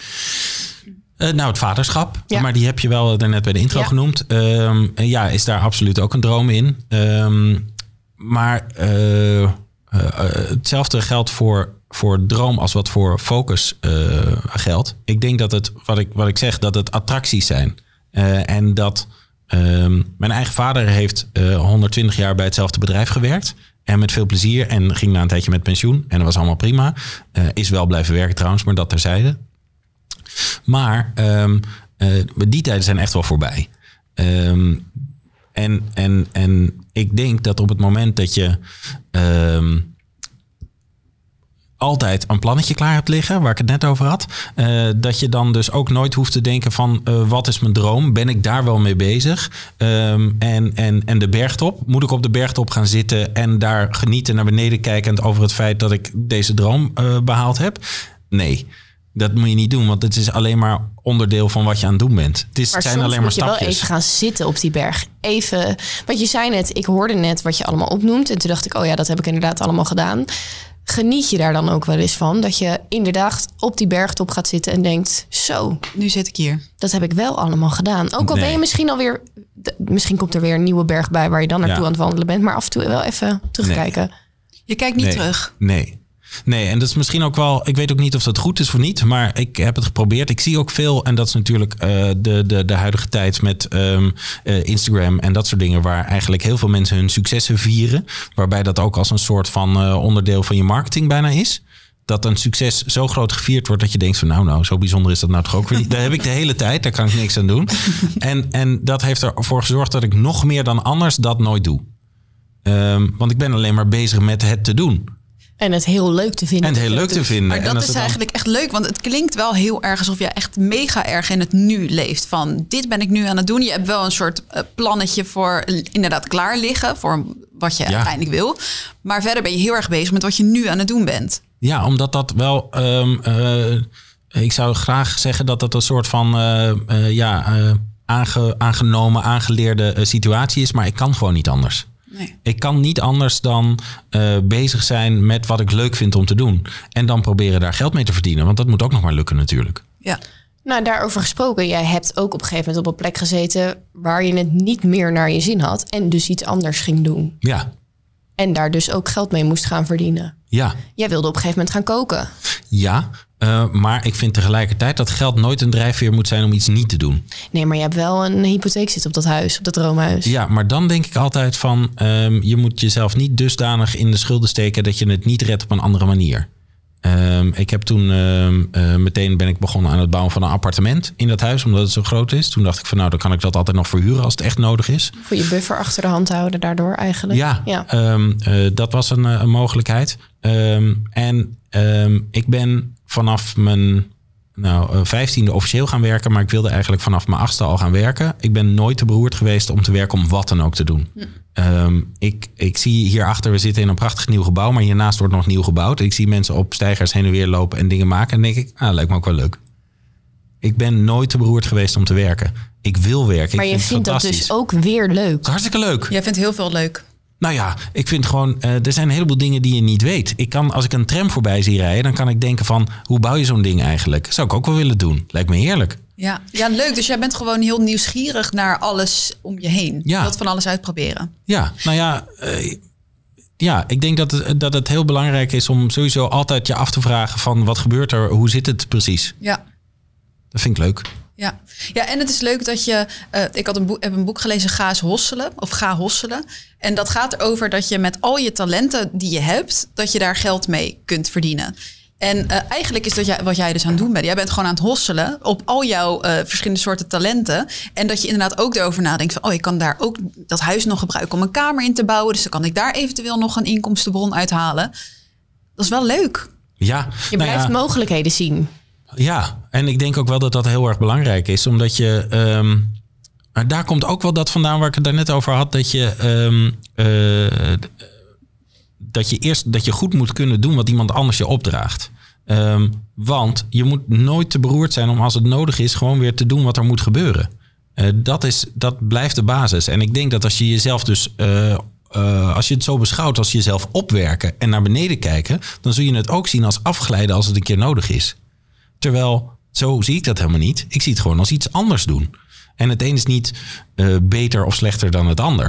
Uh, nou, het vaderschap. Ja. Maar die heb je wel daarnet bij de intro ja. genoemd. Um, ja, is daar absoluut ook een droom in. Um, maar uh, uh, uh, hetzelfde geldt voor, voor droom als wat voor focus uh, geldt. Ik denk dat het, wat ik, wat ik zeg, dat het attracties zijn. Uh, en dat um, mijn eigen vader heeft uh, honderdtwintig jaar bij hetzelfde bedrijf gewerkt. En met veel plezier. En ging na een tijdje met pensioen. En dat was allemaal prima. Uh, is wel blijven werken trouwens, maar dat terzijde. Maar um, uh, die tijden zijn echt wel voorbij. Um, en, en, en ik denk dat op het moment dat je um, altijd een plannetje klaar hebt liggen, waar ik het net over had, uh, dat je dan dus ook nooit hoeft te denken van uh, wat is mijn droom? Ben ik daar wel mee bezig? Um, en, en, en de bergtop? Moet ik op de bergtop gaan zitten en daar genieten naar beneden kijkend over het feit dat ik deze droom uh, behaald heb? Nee. Dat moet je niet doen, want het is alleen maar onderdeel van wat je aan het doen bent. Het is, maar zijn soms alleen maar moet je stapjes. wel even gaan zitten op die berg. Even, wat je zei net, ik hoorde net wat je allemaal opnoemt. En toen dacht ik, oh ja, dat heb ik inderdaad allemaal gedaan. Geniet je daar dan ook wel eens van? Dat je inderdaad op die bergtop gaat zitten en denkt, zo. Nu zit ik hier. Dat heb ik wel allemaal gedaan. Ook al Nee. ben je misschien alweer, misschien komt er weer een nieuwe berg bij waar je dan naartoe Ja. aan het wandelen bent. Maar af en toe wel even terugkijken. Je kijkt niet nee. terug. Nee. Nee, en dat is misschien ook wel, ik weet ook niet of dat goed is of niet, maar ik heb het geprobeerd. Ik zie ook veel, en dat is natuurlijk uh, de, de, de huidige tijd met um, uh, Instagram en dat soort dingen, waar eigenlijk heel veel mensen hun successen vieren. Waarbij dat ook als een soort van uh, onderdeel van je marketing bijna is. Dat een succes zo groot gevierd wordt dat je denkt van nou, nou, zo bijzonder is dat nou toch ook weer niet. Daar heb ik de hele tijd, daar kan ik niks aan doen. En, en dat heeft ervoor gezorgd dat ik nog meer dan anders dat nooit doe. Um, want ik ben alleen maar bezig met het te doen. En het heel leuk te vinden. En het heel leuk te vinden. Maar en dat als is het dan... eigenlijk echt leuk. Want het klinkt wel heel erg alsof je echt mega erg in het nu leeft. Van dit ben ik nu aan het doen. Je hebt wel een soort uh, plannetje voor uh, inderdaad klaar liggen. Voor wat je ja. uiteindelijk wil. Maar verder ben je heel erg bezig met wat je nu aan het doen bent. Ja, omdat dat wel... Um, uh, ik zou graag zeggen dat dat een soort van... Uh, uh, ja, uh, aange, aangenomen, aangeleerde uh, situatie is. Maar ik kan gewoon niet anders. Nee. Ik kan niet anders dan uh, bezig zijn met wat ik leuk vind om te doen. En dan proberen daar geld mee te verdienen. Want dat moet ook nog maar lukken natuurlijk. Ja. Nou, daarover gesproken. Jij hebt ook op een gegeven moment op een plek gezeten waar je het niet meer naar je zin had. En dus iets anders ging doen. Ja. En daar dus ook geld mee moest gaan verdienen. Ja. Jij wilde op een gegeven moment gaan koken. Ja, uh, maar ik vind tegelijkertijd dat geld nooit een drijfveer moet zijn om iets niet te doen. Nee, maar je hebt wel een hypotheek zitten op dat huis, op dat droomhuis. Ja, maar dan denk ik altijd van... Um, je moet jezelf niet dusdanig in de schulden steken dat je het niet redt op een andere manier. Um, ik heb toen um, uh, meteen ben ik begonnen aan het bouwen van een appartement in dat huis, omdat het zo groot is. Toen dacht ik van nou, dan kan ik dat altijd nog verhuren als het echt nodig is. Voor je buffer achter de hand houden daardoor eigenlijk. Ja, ja. Um, uh, dat was een, een mogelijkheid. Um, en um, ik ben vanaf mijn nou, vijftiende officieel gaan werken, maar ik wilde eigenlijk vanaf mijn achtste al gaan werken. Ik ben nooit te beroerd geweest om te werken om wat dan ook te doen. Hm. Um, ik, ik zie hierachter, we zitten in een prachtig nieuw gebouw, maar hiernaast wordt nog nieuw gebouwd. Ik zie mensen op steigers heen en weer lopen en dingen maken. En dan denk ik, ah, lijkt me ook wel leuk. Ik ben nooit te beroerd geweest om te werken. Ik wil werken. Maar ik je vind vindt dat dus ook weer leuk. Hartstikke leuk. Jij vindt heel veel leuk. Nou ja, ik vind gewoon, uh, er zijn een heleboel dingen die je niet weet. Ik kan, als ik een tram voorbij zie rijden, dan kan ik denken van, hoe bouw je zo'n ding eigenlijk? Zou ik ook wel willen doen. Lijkt me heerlijk. Ja, ja, leuk. Dus jij bent gewoon heel nieuwsgierig naar alles om je heen. Ja. Je wilt van alles uitproberen. Ja, nou ja, uh, ja, ik denk dat het, dat het heel belangrijk is om sowieso altijd je af te vragen van, wat gebeurt er? Hoe zit het precies? Ja. Dat vind ik leuk. Ja. Ja, en het is leuk dat je... Uh, ik had een boek, heb een boek gelezen, Ga eens hosselen. Of Ga hosselen. En dat gaat erover dat je met al je talenten die je hebt, dat je daar geld mee kunt verdienen. En uh, eigenlijk is dat jij, wat jij dus aan het doen bent. Jij bent gewoon aan het hosselen op al jouw uh, verschillende soorten talenten. En dat je inderdaad ook erover nadenkt van, oh, ik kan daar ook dat huis nog gebruiken om een kamer in te bouwen. Dus dan kan ik daar eventueel nog een inkomstenbron uithalen. Dat is wel leuk. Ja. Je blijft nou ja, mogelijkheden zien. Ja, en ik denk ook wel dat dat heel erg belangrijk is. Omdat je... Um, maar daar komt ook wel dat vandaan waar ik het daarnet over had. Dat je... Um, uh, dat je eerst dat je goed moet kunnen doen wat iemand anders je opdraagt. Um, want je moet nooit te beroerd zijn om als het nodig is gewoon weer te doen wat er moet gebeuren. Uh, dat, is, dat blijft de basis. En ik denk dat als je jezelf dus... Uh, Uh, als je het zo beschouwt als jezelf opwerken en naar beneden kijken, dan zul je het ook zien als afglijden als het een keer nodig is. Terwijl, zo zie ik dat helemaal niet. Ik zie het gewoon als iets anders doen. En het een is niet uh, beter of slechter dan het ander.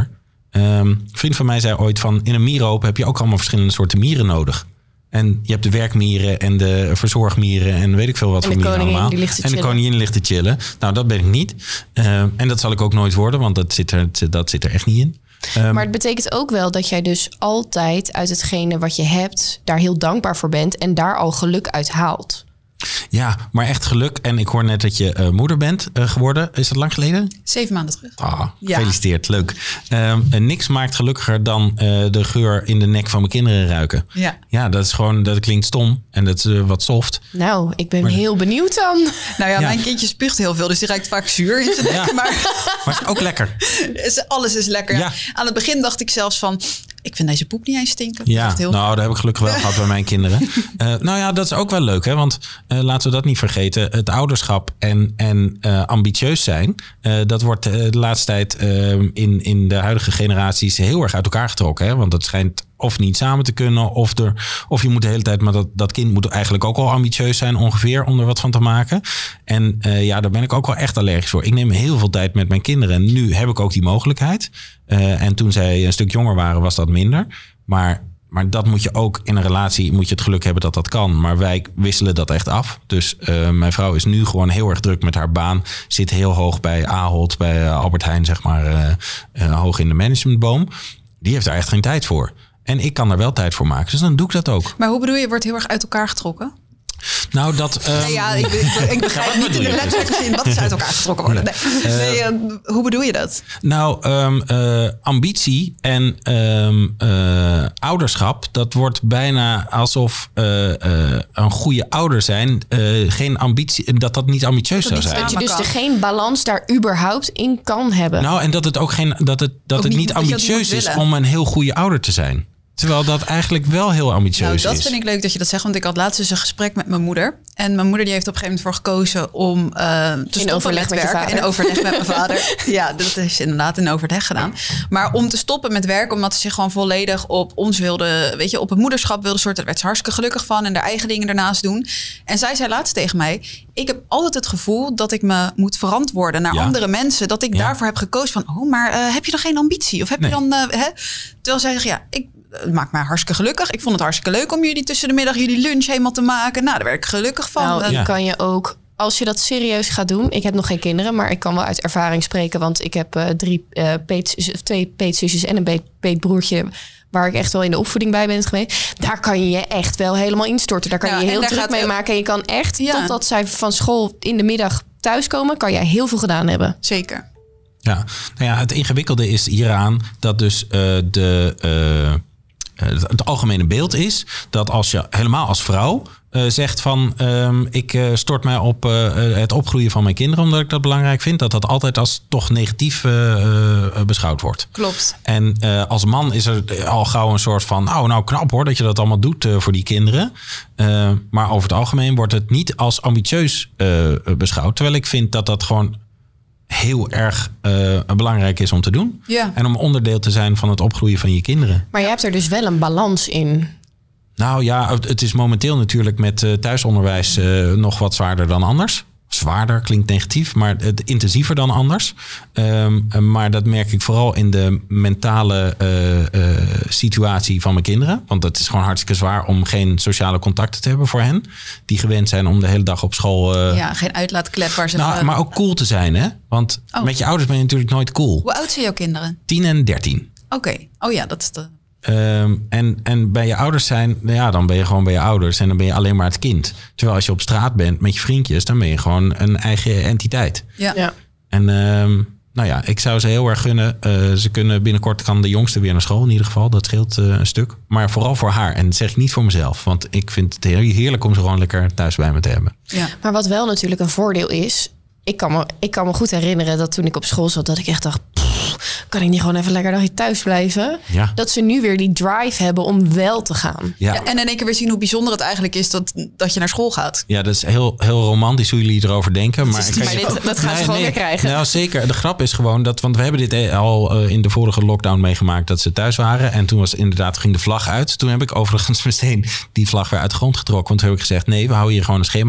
Um, een vriend van mij zei ooit van... in een mierenhoop heb je ook allemaal verschillende soorten mieren nodig. En je hebt de werkmieren en de verzorgmieren... en weet ik veel wat en voor mieren allemaal. Die ligt te en de koningin ligt te chillen. Nou, dat ben ik niet. Uh, en dat zal ik ook nooit worden, want dat zit er, dat zit er echt niet in. Um, maar het betekent ook wel dat jij dus altijd uit hetgene wat je hebt... daar heel dankbaar voor bent en daar al geluk uit haalt. Ja, maar echt geluk. En ik hoor net dat je uh, moeder bent uh, geworden. Is dat lang geleden? Zeven maanden terug. Ah, gefeliciteerd. Ja. Leuk. Um, en niks maakt gelukkiger dan uh, de geur in de nek van mijn kinderen ruiken. Ja. Ja, dat is gewoon, dat klinkt stom. En dat is uh, wat soft. Nou, ik ben maar, heel benieuwd dan. Nou ja, ja, mijn kindje spuugt heel veel. Dus die ruikt vaak zuur in zijn nek. Ja. Maar, maar is ook lekker. Alles is lekker. Ja. Aan het begin dacht ik zelfs van... ik vind deze poep niet eens stinken. Ja, heel nou, dat heb ik gelukkig wel gehad bij mijn kinderen. Uh, nou ja, dat is ook wel leuk, hè? Want uh, laten we dat niet vergeten. Het ouderschap en, en uh, ambitieus zijn... Uh, dat wordt uh, de laatste tijd uh, in, in de huidige generaties heel erg uit elkaar getrokken. Hè? Want het schijnt of niet samen te kunnen... of, er, of je moet de hele tijd... maar dat, dat kind moet eigenlijk ook al ambitieus zijn ongeveer... om er wat van te maken. En uh, ja, daar ben ik ook wel echt allergisch voor. Ik neem heel veel tijd met mijn kinderen. En nu heb ik ook die mogelijkheid. Uh, en toen zij een stuk jonger waren, was dat minder. Maar, maar dat moet je ook in een relatie... moet je het geluk hebben dat dat kan. Maar wij wisselen dat echt af. Dus uh, mijn vrouw is nu gewoon heel erg druk met haar baan. Zit heel hoog bij Ahold, bij uh, Albert Heijn, zeg maar... Uh, uh, hoog in de managementboom. Die heeft daar echt geen tijd voor. En ik kan er wel tijd voor maken, dus dan doe ik dat ook. Maar hoe bedoel je, wordt heel erg uit elkaar getrokken? Nou, dat... Um... Nee, ja, ik, ik, ik begrijp niet in de letterlijke zin wat is uit elkaar getrokken worden. Nee. Nee, uh, hoe bedoel je dat? Nou, um, uh, ambitie en um, uh, ouderschap, dat wordt bijna alsof uh, uh, een goede ouder zijn, uh, geen ambitie, dat dat niet ambitieus dat zou zijn. Dat je dus er geen balans daar überhaupt in kan hebben. Nou, en dat het ook geen, dat het, dat ook het niet, niet ambitieus niet is om een heel goede ouder te zijn. Terwijl dat eigenlijk wel heel ambitieus nou, is. Dat vind ik leuk dat je dat zegt. Want ik had laatst dus een gesprek met mijn moeder. En mijn moeder die heeft op een gegeven moment voor gekozen... om uh, te in stoppen met, met werken. In overleg met mijn vader. Ja, dat is inderdaad in overleg gedaan. Maar om te stoppen met werken... omdat ze zich gewoon volledig op ons wilde... weet je, op het moederschap wilde soort. Daar werd ze hartstikke gelukkig van. En haar eigen dingen daarnaast doen. En zij zei laatst tegen mij... ik heb altijd het gevoel dat ik me moet verantwoorden... naar ja. andere mensen. Dat ik ja. daarvoor heb gekozen van... oh, maar uh, heb je dan geen ambitie? Of heb nee. je dan... Uh, hè? Terwijl zij zegt, ja... ik het maakt mij hartstikke gelukkig. Ik vond het hartstikke leuk om jullie tussen de middag jullie lunch helemaal te maken. Nou, daar werd ik gelukkig van. Nou, ja. kan je ook, als je dat serieus gaat doen. Ik heb nog geen kinderen, maar ik kan wel uit ervaring spreken. Want ik heb uh, drie uh, peet, twee peetzusjes en een peetbroertje... waar ik echt wel in de opvoeding bij ben geweest. Daar kan je je echt wel helemaal instorten. Daar kan ja, je heel druk mee maken. En je kan echt, ja. totdat zij van school in de middag thuiskomen... kan jij heel veel gedaan hebben. Zeker. Ja, nou ja, het ingewikkelde is hieraan dat dus uh, de... Uh, het algemene beeld is dat als je helemaal als vrouw uh, zegt van um, ik uh, stort mij op uh, het opgroeien van mijn kinderen omdat ik dat belangrijk vind, dat dat altijd als toch negatief uh, uh, beschouwd wordt. Klopt. En uh, als man is er al gauw een soort van, oh nou knap hoor dat je dat allemaal doet uh, voor die kinderen. Uh, maar over het algemeen wordt het niet als ambitieus uh, beschouwd. Terwijl ik vind dat dat gewoon heel erg uh, belangrijk is om te doen. Ja. En om onderdeel te zijn van het opgroeien van je kinderen. Maar je hebt er dus wel een balans in. Nou ja, het is momenteel natuurlijk met uh, thuisonderwijs uh, nog wat zwaarder dan anders. Zwaarder klinkt negatief, maar het intensiever dan anders. Um, maar dat merk ik vooral in de mentale uh, uh, situatie van mijn kinderen. Want het is gewoon hartstikke zwaar om geen sociale contacten te hebben voor hen. Die gewend zijn om de hele dag op school... Uh, ja, geen uitlaatklep waar ze... Nou, uh, maar ook cool te zijn, hè? Want oh. met je ouders ben je natuurlijk nooit cool. Hoe oud zijn jouw kinderen? tien en dertien. Oké. Okay. Oh ja, dat is de... Um, en, en bij je ouders zijn, nou ja, dan ben je gewoon bij je ouders en dan ben je alleen maar het kind. Terwijl als je op straat bent met je vriendjes, dan ben je gewoon een eigen entiteit. Ja. ja. En um, nou ja, ik zou ze heel erg gunnen. Uh, ze kunnen binnenkort kan de jongste weer naar school in ieder geval. Dat scheelt uh, een stuk. Maar vooral voor haar. En dat zeg ik niet voor mezelf. Want ik vind het heerlijk om ze gewoon lekker thuis bij me te hebben. Ja. Maar wat wel natuurlijk een voordeel is. Ik kan, me, ik kan me goed herinneren dat toen ik op school zat, dat ik echt dacht, pff, kan ik niet gewoon even een lekker dagje thuis blijven? Ja. Dat ze nu weer die drive hebben om wel te gaan. Ja. Ja, en in één keer weer zien hoe bijzonder het eigenlijk is dat, dat je naar school gaat. Ja, dat is heel, heel romantisch hoe jullie erover denken. Maar, is, maar dit, dat gaan ze gewoon weer krijgen. Nou, zeker. De grap is gewoon dat, want we hebben dit al uh, in de vorige lockdown meegemaakt dat ze thuis waren. En toen was inderdaad, ging de vlag uit. Toen heb ik overigens meteen die vlag weer uit de grond getrokken. Want toen heb ik gezegd, nee, we houden hier gewoon een schema aan.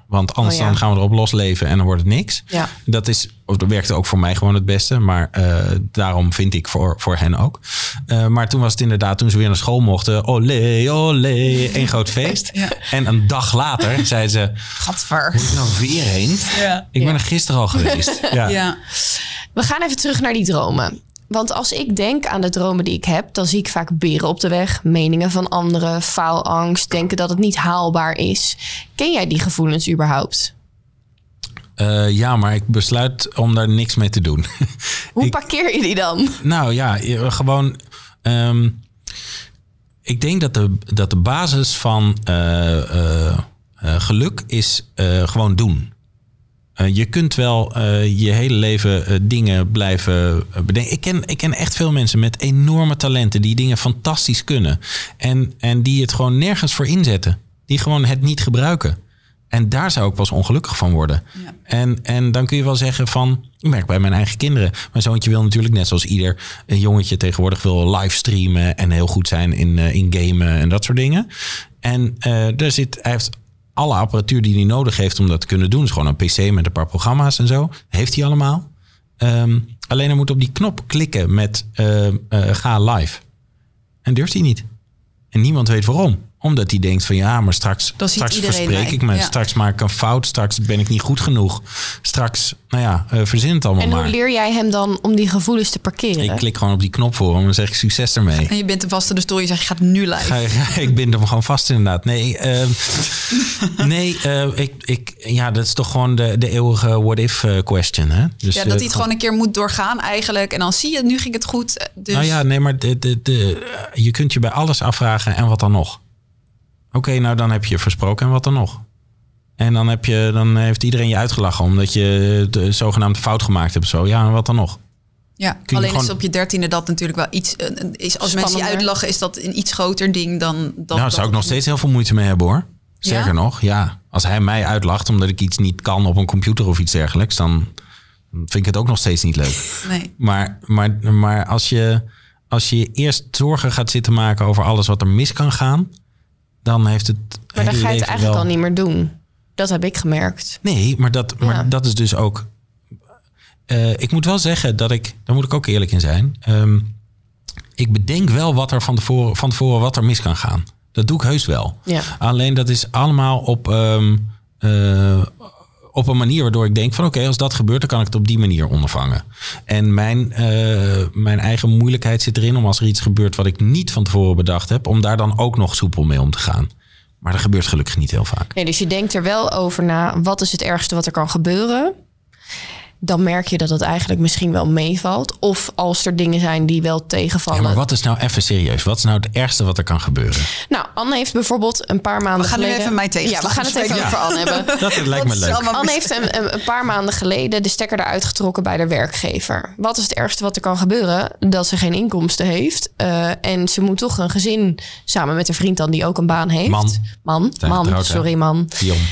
Want anders Oh ja. dan gaan we erop losleven en dan wordt het niks. Ja. Dat is, dat werkte ook voor mij gewoon het beste. Maar uh, daarom vind ik voor, voor hen ook. Uh, maar toen was het inderdaad, toen ze weer naar school mochten. Olé, olé, één groot feest. Ja. En een dag later zei ze... Gadver. Moet ik nou weer heen? Ja. Ik ben Ja. er gisteren al geweest. Ja. Ja. We gaan even terug naar die dromen. Want als ik denk aan de dromen die ik heb, dan zie ik vaak beren op de weg, meningen van anderen, faalangst, denken dat het niet haalbaar is. Ken jij die gevoelens überhaupt? Uh, ja, maar ik besluit om daar niks mee te doen. Hoe ik, parkeer je die dan? Nou ja, gewoon... Um, ik denk dat de, dat de basis van uh, uh, uh, geluk is uh, gewoon doen. Uh, je kunt wel uh, je hele leven uh, dingen blijven bedenken. Ik ken, ik ken echt veel mensen met enorme talenten die dingen fantastisch kunnen. En, en die het gewoon nergens voor inzetten. Die gewoon het niet gebruiken. En daar zou ik pas ongelukkig van worden. Ja. En, en dan kun je wel zeggen van... Ik merk bij mijn eigen kinderen. Mijn zoontje wil natuurlijk net zoals ieder een jongetje tegenwoordig wil livestreamen en heel goed zijn in, uh, in gamen en dat soort dingen. En uh, daar zit, hij heeft alle apparatuur die hij nodig heeft om dat te kunnen doen. Dus gewoon een pc met een paar programma's en zo. Heeft hij allemaal. Um, alleen hij moet op die knop klikken met uh, uh, ga live. En durft hij niet. En niemand weet waarom. Omdat hij denkt van ja, maar straks, straks verspreek ik me. Ja. Straks maak ik een fout. Straks ben ik niet goed genoeg. Straks, nou ja, uh, verzin het allemaal en maar. En hoe leer jij hem dan om die gevoelens te parkeren? Ik klik gewoon op die knop voor hem en dan zeg ik succes ermee. En je bent er vast in de story, je zegt je gaat nu live. Ga, ga, ik ben er gewoon vast inderdaad. Nee, uh, nee uh, ik, ik, ja, dat is toch gewoon de, de eeuwige what if question. Hè? Dus, ja, dat hij het gewoon een keer moet doorgaan eigenlijk. En dan zie je, nu ging het goed. Dus... Nou ja, nee, maar de, de, de, je kunt je bij alles afvragen en wat dan nog? Oké, okay, nou dan heb je versproken en wat dan nog? En dan, heb je, dan heeft iedereen je uitgelachen omdat je de zogenaamde fout gemaakt hebt. Zo, ja, en wat dan nog? Ja, alleen gewoon... is op je dertiende dat natuurlijk wel iets... Uh, is, als mensen je uitlachen, is dat een iets groter ding dan... dan nou, daar zou ik nog steeds heel veel moeite mee hebben, hoor. Sterker ja? nog, ja. Als hij mij uitlacht omdat ik iets niet kan op een computer of iets dergelijks... dan vind ik het ook nog steeds niet leuk. Nee. Maar, maar, maar als, je, als je eerst zorgen gaat zitten maken over alles wat er mis kan gaan... dan heeft het... Maar dan ga je het eigenlijk wel... al niet meer doen. Dat heb ik gemerkt. Nee, maar dat, ja. maar dat is dus ook... Uh, ik moet wel zeggen dat ik... Daar moet ik ook eerlijk in zijn. Um, ik bedenk wel wat er van tevoren, van tevoren wat er mis kan gaan. Dat doe ik heus wel. Ja. Alleen dat is allemaal op... Um, uh, op een manier waardoor ik denk van oké, okay, als dat gebeurt, dan kan ik het op die manier ondervangen. En mijn, uh, mijn eigen moeilijkheid zit erin om als er iets gebeurt wat ik niet van tevoren bedacht heb, om daar dan ook nog soepel mee om te gaan. Maar dat gebeurt gelukkig niet heel vaak. Nee, dus je denkt er wel over na, wat is het ergste wat er kan gebeuren? Dan merk je dat het eigenlijk misschien wel meevalt. Of als er dingen zijn die wel tegenvallen. Ja, maar wat is nou even serieus? Wat is nou het ergste wat er kan gebeuren? Nou, Anne heeft bijvoorbeeld een paar maanden we gaan geleden... nu even mij tegen. Ja, we gaan het even ja. over Anne hebben. Dat lijkt me leuk. Anne heeft een, een paar maanden geleden de stekker eruit getrokken bij haar werkgever. Wat is het ergste wat er kan gebeuren? Dat ze geen inkomsten heeft. Uh, en ze moet toch een gezin samen met haar vriend dan, die ook een baan heeft. Man. Man, man, getrouwd, sorry man.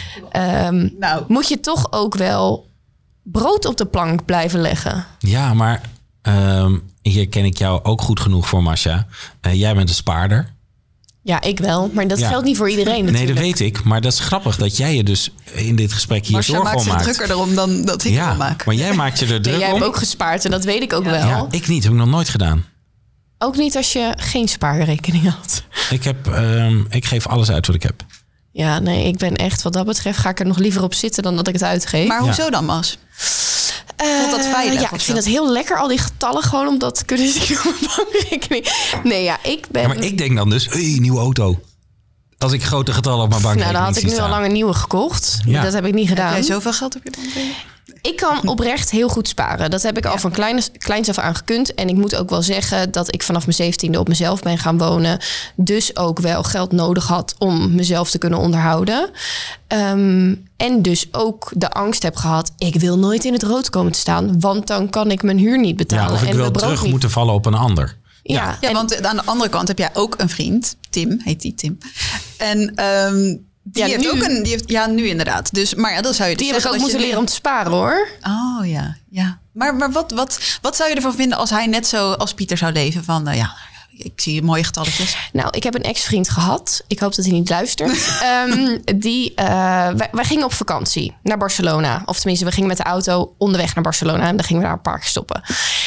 Um, nou. Moet je toch ook wel... brood op de plank blijven leggen. Ja, maar um, hier ken ik jou ook goed genoeg voor, Masha. Uh, jij bent een spaarder. Ja, ik wel. Maar dat ja. geldt niet voor iedereen natuurlijk. Nee, dat weet ik. Maar dat is grappig dat jij je dus in dit gesprek hier zorgen om maakt. Masha maakt zich drukker erom dan dat ik ja, wel maak. Maar jij maakt je er druk nee, jij om. hebt ook gespaard en dat weet ik ook ja. wel. Ja, ik niet. Heb ik nog nooit gedaan. Ook niet als je geen spaarrekening had. Ik, heb, um, ik geef alles uit wat ik heb. Ja, nee, ik ben echt, wat dat betreft, ga ik er nog liever op zitten dan dat ik het uitgeef. Maar hoezo ja. dan, Mas? Uh, Voelt dat veilig? Ja, ik vind het heel lekker, al die getallen gewoon om dat te kunnen zien op mijn bankrekening. Nee, ja, ik ben... Ja, maar ik denk dan dus, hey, nieuwe auto. Als ik grote getallen op mijn bankrekening Nou, dan had ik nu staan. al lang een nieuwe gekocht. Ja. Dat heb ik niet gedaan. Heb jij zoveel geld op je bankrekening? Ik kan oprecht heel goed sparen. Dat heb ik ja. al van kleins, kleins af aan gekund. En ik moet ook wel zeggen dat ik vanaf mijn zeventiende op mezelf ben gaan wonen. Dus ook wel geld nodig had om mezelf te kunnen onderhouden. Um, en dus ook de angst heb gehad, ik wil nooit in het rood komen te staan. Want dan kan ik mijn huur niet betalen. Ja, of ik en wil terug niet... moeten vallen op een ander. Ja, ja, ja, want aan de andere kant heb jij ook een vriend. Tim, heet die Tim. En... Um, Die ja, heeft nu. ook een... Die heeft, ja, nu inderdaad. Dus, maar ja, dat zou je dus Die heb ik ook moeten leren om te sparen, hoor. Oh, ja. ja. Maar, maar wat, wat, wat zou je ervan vinden als hij net zo als Pieter zou leven? Van, uh, ja, Ik zie mooie getalletjes. Nou, ik heb een ex-vriend gehad. Ik hoop dat hij niet luistert. um, die, uh, wij, wij gingen op vakantie naar Barcelona. Of tenminste, we gingen met de auto onderweg naar Barcelona. En dan gingen we daar een paar keer stoppen.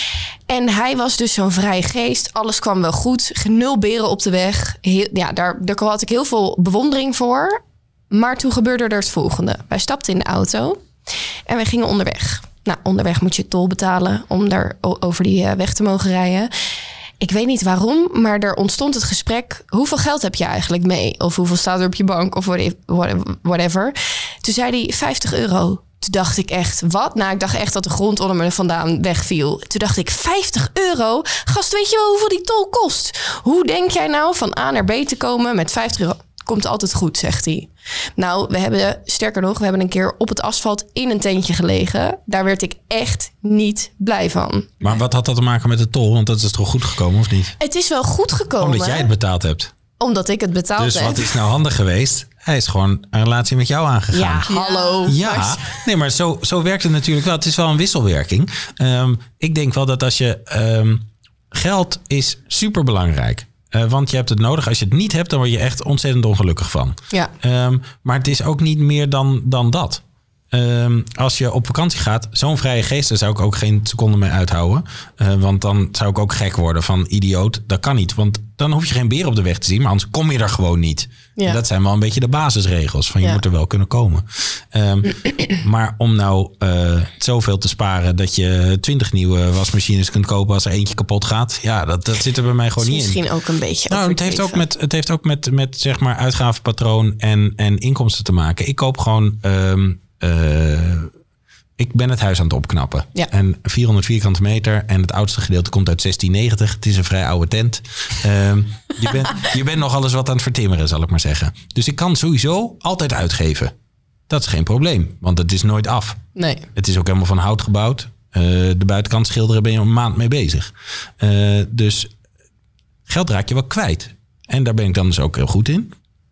En hij was dus zo'n vrije geest. Alles kwam wel goed. Nul beren op de weg. Heel, ja, daar, daar had ik heel veel bewondering voor. Maar toen gebeurde er het volgende. Wij stapten in de auto en wij gingen onderweg. Nou, onderweg moet je tol betalen om daar over die weg te mogen rijden. Ik weet niet waarom, maar er ontstond het gesprek. Hoeveel geld heb je eigenlijk mee? Of hoeveel staat er op je bank? Of whatever. Toen zei hij vijftig euro. Toen dacht ik echt, wat? Nou, ik dacht echt dat de grond onder me vandaan wegviel. Toen dacht ik, vijftig euro? Gast, weet je wel hoeveel die tol kost? Hoe denk jij nou van A naar B te komen met vijftig euro? Komt altijd goed, zegt hij. Nou, we hebben, sterker nog, we hebben een keer op het asfalt in een tentje gelegen. Daar werd ik echt niet blij van. Maar wat had dat te maken met de tol? Want dat is toch goed gekomen, of niet? Het is wel goed gekomen. Omdat jij het betaald hebt. Omdat ik het betaald dus heb. Dus wat is nou handig geweest? Hij is gewoon een relatie met jou aangegaan. Ja, hallo. Ja, nee, maar zo, zo werkt het natuurlijk wel. Het is wel een wisselwerking. Um, ik denk wel dat als je... Um, geld is superbelangrijk. Uh, want je hebt het nodig. Als je het niet hebt, dan word je echt ontzettend ongelukkig van. Ja. Um, maar het is ook niet meer dan, dan dat. Um, als je op vakantie gaat, zo'n vrije geest, daar zou ik ook geen seconde mee uithouden. Uh, want dan zou ik ook gek worden van idioot. Dat kan niet, want dan hoef je geen beer op de weg te zien. Maar anders kom je er gewoon niet. Ja. En dat zijn wel een beetje de basisregels. Van je ja. moet er wel kunnen komen. Um, maar om nou uh, zoveel te sparen dat je twintig nieuwe wasmachines kunt kopen als er eentje kapot gaat. Ja, dat, dat zit er bij mij gewoon niet in. Misschien ook een beetje nou, het heeft ook met, het heeft ook met, met zeg maar uitgavenpatroon en, en inkomsten te maken. Ik koop gewoon... Um, Uh, ik ben het huis aan het opknappen. Ja. En vierhonderd vierkante meter. En het oudste gedeelte komt uit zestien negentig. Het is een vrij oude tent. Uh, je, bent, je bent nog alles wat aan het vertimmeren, zal ik maar zeggen. Dus ik kan sowieso altijd uitgeven. Dat is geen probleem, want het is nooit af. Nee. Het is ook helemaal van hout gebouwd. Uh, de buitenkant schilderen ben je een maand mee bezig. Uh, dus geld raak je wel kwijt. En daar ben ik dan dus ook heel goed in.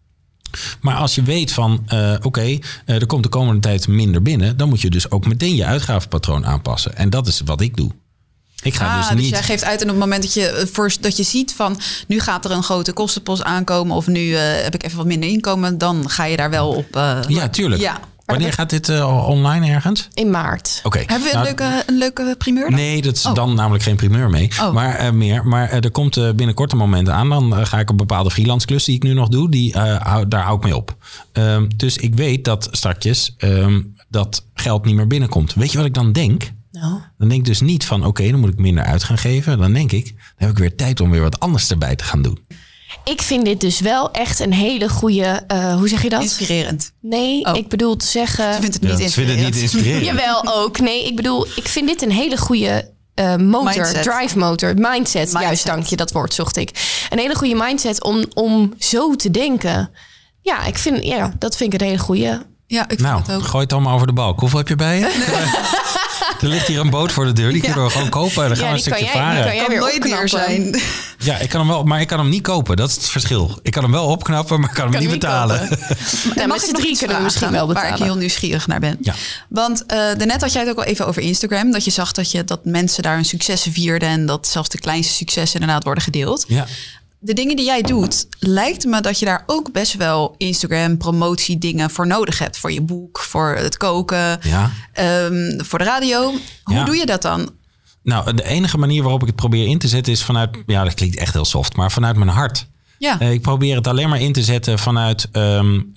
Maar als je weet van, uh, oké, okay, uh, er komt de komende tijd minder binnen... dan moet je dus ook meteen je uitgavenpatroon aanpassen. En dat is wat ik doe. Ik ga ah, dus dus niet... jij geeft uit en op het moment dat je, voor, dat je ziet van... nu gaat er een grote kostenpost aankomen... of nu uh, heb ik even wat minder inkomen... dan ga je daar wel op... Uh, ja, tuurlijk. Ja. Wanneer gaat dit uh, online ergens? In maart. Oké. Okay. Hebben we een, nou, leuke, een leuke primeur dan? Nee, dat is oh. dan namelijk geen primeur mee. Oh. Maar uh, meer. Maar uh, er komt uh, binnenkort een moment aan. Dan uh, ga ik een bepaalde freelance klus die ik nu nog doe. Die, uh, hou, daar hou ik mee op. Um, dus ik weet dat strakjes um, dat geld niet meer binnenkomt. Weet je wat ik dan denk? No. Dan denk ik dus niet van oké, okay, dan moet ik minder uit gaan geven. Dan denk ik, dan heb ik weer tijd om weer wat anders erbij te gaan doen. Ik vind dit dus wel echt een hele goede... Uh, hoe zeg je dat? Inspirerend. Nee, oh. ik bedoel te zeggen... Ze vindt het niet ja, inspirerend. Ze vindt het niet inspirerend. Jawel, ook. Nee, ik bedoel, ik vind dit een hele goede uh, motor. Mindset. Drive motor. Mindset, mindset. Juist, dank je. Dat woord zocht ik. Een hele goede mindset om, om zo te denken. Ja, ik vind, ja, dat vind ik een hele goede. Ja, ik vind nou, het ook. gooi het allemaal over de balk. Hoeveel heb je bij je? Nee. Er ligt hier een boot voor de deur. Die kunnen we gewoon kopen. En dan gaan ja, we een stukje kan jij, varen. kan jij kan weer nooit meer zijn. Ja, ik kan hem wel, maar ik kan hem niet kopen. Dat is het verschil. Ik kan hem wel opknappen, maar ik kan hem Kan niet niet betalen. Ja, met z'n drie kunnen we misschien wel betalen. Waar ik heel nieuwsgierig naar ben. Ja. Want uh, daarnet had jij het ook al even over Instagram. Dat je zag dat, je, dat mensen daar hun successen vierden. En dat zelfs de kleinste successen inderdaad worden gedeeld. Ja. De dingen die jij doet, lijkt me dat je daar ook best wel Instagram promotie dingen voor nodig hebt. Voor je boek, voor het koken, Ja. um, voor de radio. Hoe Ja. doe je dat dan? Nou, de enige manier waarop ik het probeer in te zetten is vanuit... Ja, dat klinkt echt heel soft, maar vanuit mijn hart. Ja. Uh, ik probeer het alleen maar in te zetten vanuit... Um,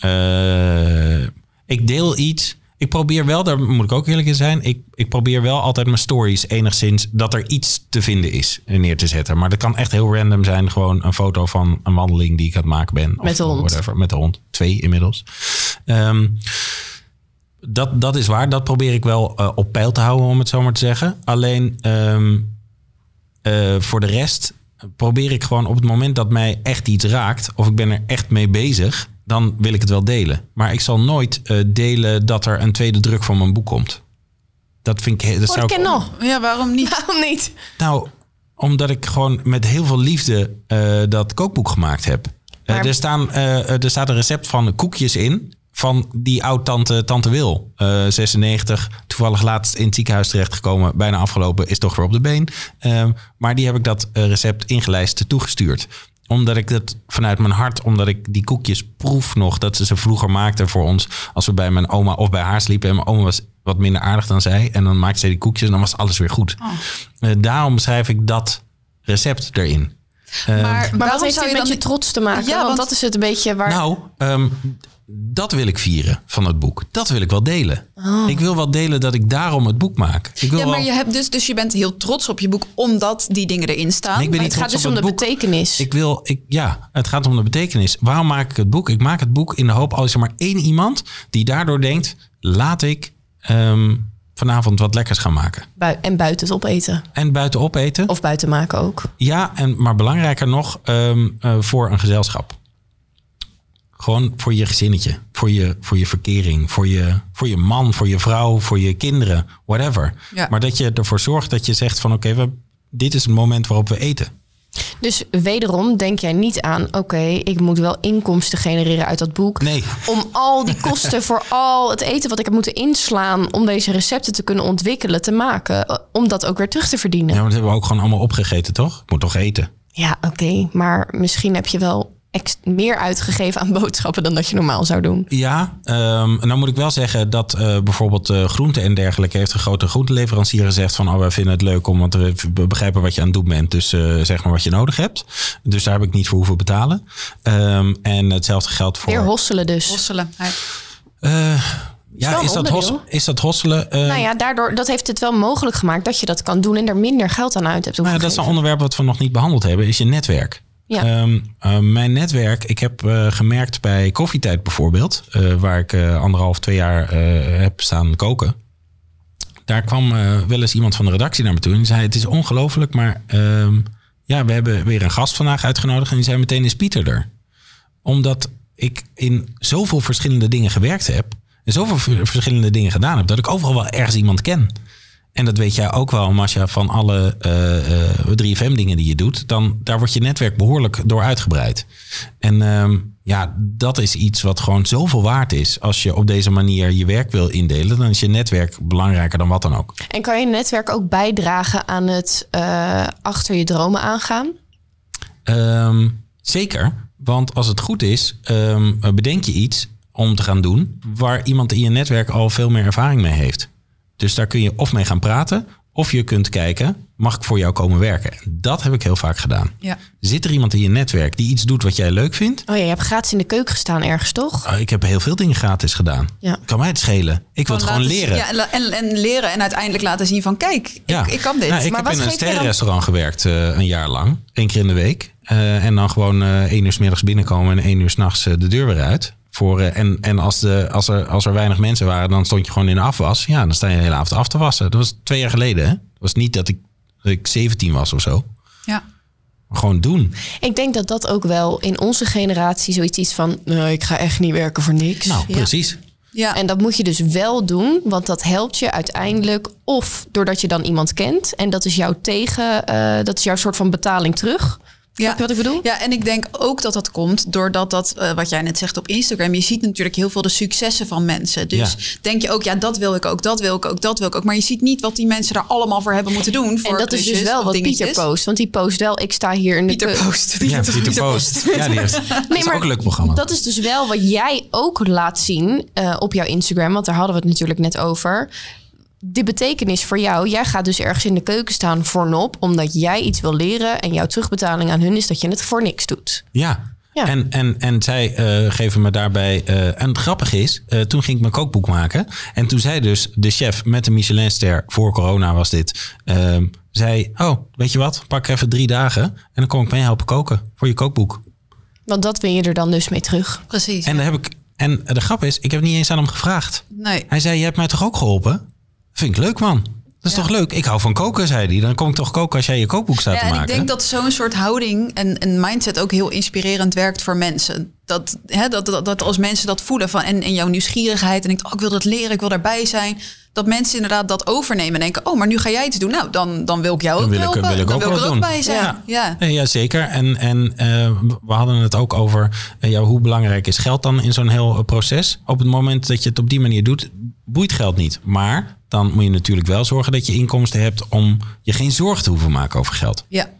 uh, ik deel iets... Ik probeer wel, daar moet ik ook eerlijk in zijn... Ik, ik probeer wel altijd mijn stories enigszins... dat er iets te vinden is neer te zetten. Maar dat kan echt heel random zijn. Gewoon een foto van een wandeling die ik aan het maken ben. Met of de hond. Whatever, met de hond. Twee inmiddels. Um, dat, dat is waar. Dat probeer ik wel uh, op peil te houden, om het zo maar te zeggen. Alleen um, uh, voor de rest probeer ik gewoon op het moment dat mij echt iets raakt... of ik ben er echt mee bezig... dan wil ik het wel delen. Maar ik zal nooit uh, delen dat er een tweede druk van mijn boek komt. Dat vind ik... Dat zou ik nog. Ja, waarom niet? Waarom niet? Nou, omdat ik gewoon met heel veel liefde uh, dat kookboek gemaakt heb. Uh, er, staan, uh, er staat een recept van koekjes in... van die oud-tante tante Wil. Uh, zesennegentig, toevallig laatst in het ziekenhuis terechtgekomen. Bijna afgelopen, is toch weer op de been. Um, maar die heb ik dat uh, recept ingelijst toegestuurd. Omdat ik dat vanuit mijn hart, omdat ik die koekjes proef nog, dat ze ze vroeger maakten voor ons als we bij mijn oma of bij haar sliepen. En mijn oma was wat minder aardig dan zij. En dan maakte ze die koekjes en dan was alles weer goed. Oh. Uh, daarom schrijf ik dat recept erin. Uh, maar, maar wat heeft dit met dan je trots te maken? Ja, want, want dat is het een beetje waar... Nou, um, dat wil ik vieren van het boek. Dat wil ik wel delen. Oh. Ik wil wel delen dat ik daarom het boek maak. Ik wil ja, maar wel... je hebt dus, dus je bent heel trots op je boek omdat die dingen erin staan. Nee, ik ben maar niet het gaat dus om de boek. betekenis. Ik wil, ik, ja, het gaat om de betekenis. Waarom maak ik het boek? Ik maak het boek in de hoop, als er maar één iemand die daardoor denkt, laat ik um, vanavond wat lekkers gaan maken. Bui- en buiten het opeten. En buiten opeten. Of buiten maken ook. Ja, en, maar belangrijker nog, um, uh, voor een gezelschap. Gewoon voor je gezinnetje, voor je, voor je verkering, voor je, voor je man, voor je vrouw, voor je kinderen, whatever. Ja. Maar dat je ervoor zorgt dat je zegt van oké, okay, dit is het moment waarop we eten. Dus wederom denk jij niet aan, oké, okay, ik moet wel inkomsten genereren uit dat boek. Nee. Om al die kosten voor al het eten wat ik heb moeten inslaan om deze recepten te kunnen ontwikkelen, te maken. Om dat ook weer terug te verdienen. Ja, maar dat hebben we ook gewoon allemaal opgegeten, toch? Ik moet toch eten? Ja, oké, okay, maar misschien heb je wel ex- meer uitgegeven aan boodschappen dan dat je normaal zou doen. Ja, um, nou moet ik wel zeggen dat uh, bijvoorbeeld uh, groenten en dergelijke heeft een grote groenteleverancier gezegd van oh, wij vinden het leuk om, want we begrijpen wat je aan het doen bent, dus uh, zeg maar wat je nodig hebt. Dus daar heb ik niet voor hoeven betalen. Um, en hetzelfde geldt voor... Weer hosselen dus. Hosselen. Uh, Ja, is dat, hos, is dat hosselen? Uh... Nou ja, daardoor, dat heeft het wel mogelijk gemaakt dat je dat kan doen en er minder geld aan uit hebt. Nou ja, dat is een onderwerp wat we nog niet behandeld hebben, is je netwerk. Ja. Um, uh, mijn netwerk, ik heb uh, gemerkt bij Koffietijd bijvoorbeeld, uh, waar ik uh, anderhalf, twee jaar uh, heb staan koken. Daar kwam uh, wel eens iemand van de redactie naar me toe en die zei, het is ongelooflijk, maar um, ja, we hebben weer een gast vandaag uitgenodigd en die zei meteen, is Pieter er? Omdat ik in zoveel verschillende dingen gewerkt heb en zoveel verschillende dingen gedaan heb, dat ik overal wel ergens iemand ken. En dat weet jij ook wel, Masha, van alle uh, uh, drie F M dingen die je doet. Dan, daar wordt je netwerk behoorlijk door uitgebreid. En um, ja, dat is iets wat gewoon zoveel waard is. Als je op deze manier je werk wil indelen, dan is je netwerk belangrijker dan wat dan ook. En kan je netwerk ook bijdragen aan het uh, achter je dromen aangaan? Um, zeker, want als het goed is, um, bedenk je iets om te gaan doen waar iemand in je netwerk al veel meer ervaring mee heeft. Dus daar kun je of mee gaan praten, of je kunt kijken, mag ik voor jou komen werken? Dat heb ik heel vaak gedaan. Ja. Zit er iemand in je netwerk die iets doet wat jij leuk vindt? Oh ja, je hebt gratis in de keuken gestaan ergens, toch? Oh, ik heb heel veel dingen gratis gedaan. Ja. Kan mij het schelen? Ik wil het gewoon leren. Ja, en, en leren en uiteindelijk laten zien van kijk, ja. ik, ik kan dit. Nou, ik maar heb wat in een geef je dan? sterrenrestaurant gewerkt uh, een jaar lang. Eén keer in de week. Uh, en dan gewoon uh, één uur 's middags binnenkomen en één uur 's nachts uh, de deur weer uit. Voor, uh, en en als, de, als, er, als er weinig mensen waren, dan stond je gewoon in de afwas. Ja, dan sta je de hele avond af te wassen. Dat was twee jaar geleden. Hè? Dat was niet dat ik, dat ik zeventien was of zo. Ja. Gewoon doen. Ik denk dat dat ook wel in onze generatie zoiets is van, nou, ik ga echt niet werken voor niks. Nou, Ja. precies. Ja. En dat moet je dus wel doen, want dat helpt je uiteindelijk of doordat je dan iemand kent en dat is jouw tegen, uh, dat is jouw soort van betaling terug. Snap je wat ik bedoel? Ja, en ik denk ook dat dat komt doordat dat, uh, wat jij net zegt op Instagram, je ziet natuurlijk heel veel de successen van mensen. Dus Ja. denk je ook, ja, dat wil ik ook, dat wil ik ook, dat wil ik ook. Maar je ziet niet wat die mensen daar allemaal voor hebben moeten doen. Voor En dat is dus klusjes wel of wat dingetjes. Pieter post. Want die post wel, ik sta hier in de... Pieter keu- post. Ja, Pieter Post. Ja, die heeft, dat is ook een leuk programma. Dat is dus wel wat jij ook laat zien uh, op jouw Instagram. Want daar hadden we het natuurlijk net over. De betekenis voor jou, jij gaat dus ergens in de keuken staan voor nop, omdat jij iets wil leren en jouw terugbetaling aan hun is dat je het voor niks doet. Ja. Ja. En, en, en zij uh, geven me daarbij... Uh, en het grappige is, uh, toen ging ik mijn kookboek maken. En toen zei dus de chef met de Michelinster, voor corona was dit, uh, zei, oh, weet je wat, pak even drie dagen en dan kom ik mee helpen koken voor je kookboek. Want dat win je er dan dus mee terug. Precies. En, daar heb ik, en de grap is, ik heb niet eens aan hem gevraagd. Nee. Hij zei, je hebt mij toch ook geholpen? Vind ik leuk, man. Dat is Ja. toch leuk? Ik hou van koken, zei hij. Dan kom ik toch koken als jij je kookboek staat Ja, te en maken. ik denk dat zo'n soort houding en, en mindset ook heel inspirerend werkt voor mensen. Dat, hè, dat, dat, dat als mensen dat voelen van, en, en jouw nieuwsgierigheid en denkt, oh, ik wil dat leren, ik wil daarbij zijn. Dat mensen inderdaad dat overnemen en denken, oh, maar nu ga jij iets doen. Nou, dan, dan wil ik jou Dan ook wil ik- helpen. wil ik dan ook wil ik wat er ook doen. bij zijn. Ja. Ja. Nee, ja, zeker. En, en uh, we hadden het ook over uh, ja, hoe belangrijk is geld dan in zo'n heel uh, proces. Op het moment dat je het op die manier doet, boeit geld niet. Maar dan moet je natuurlijk wel zorgen dat je inkomsten hebt om je geen zorgen te hoeven maken over geld. Ja.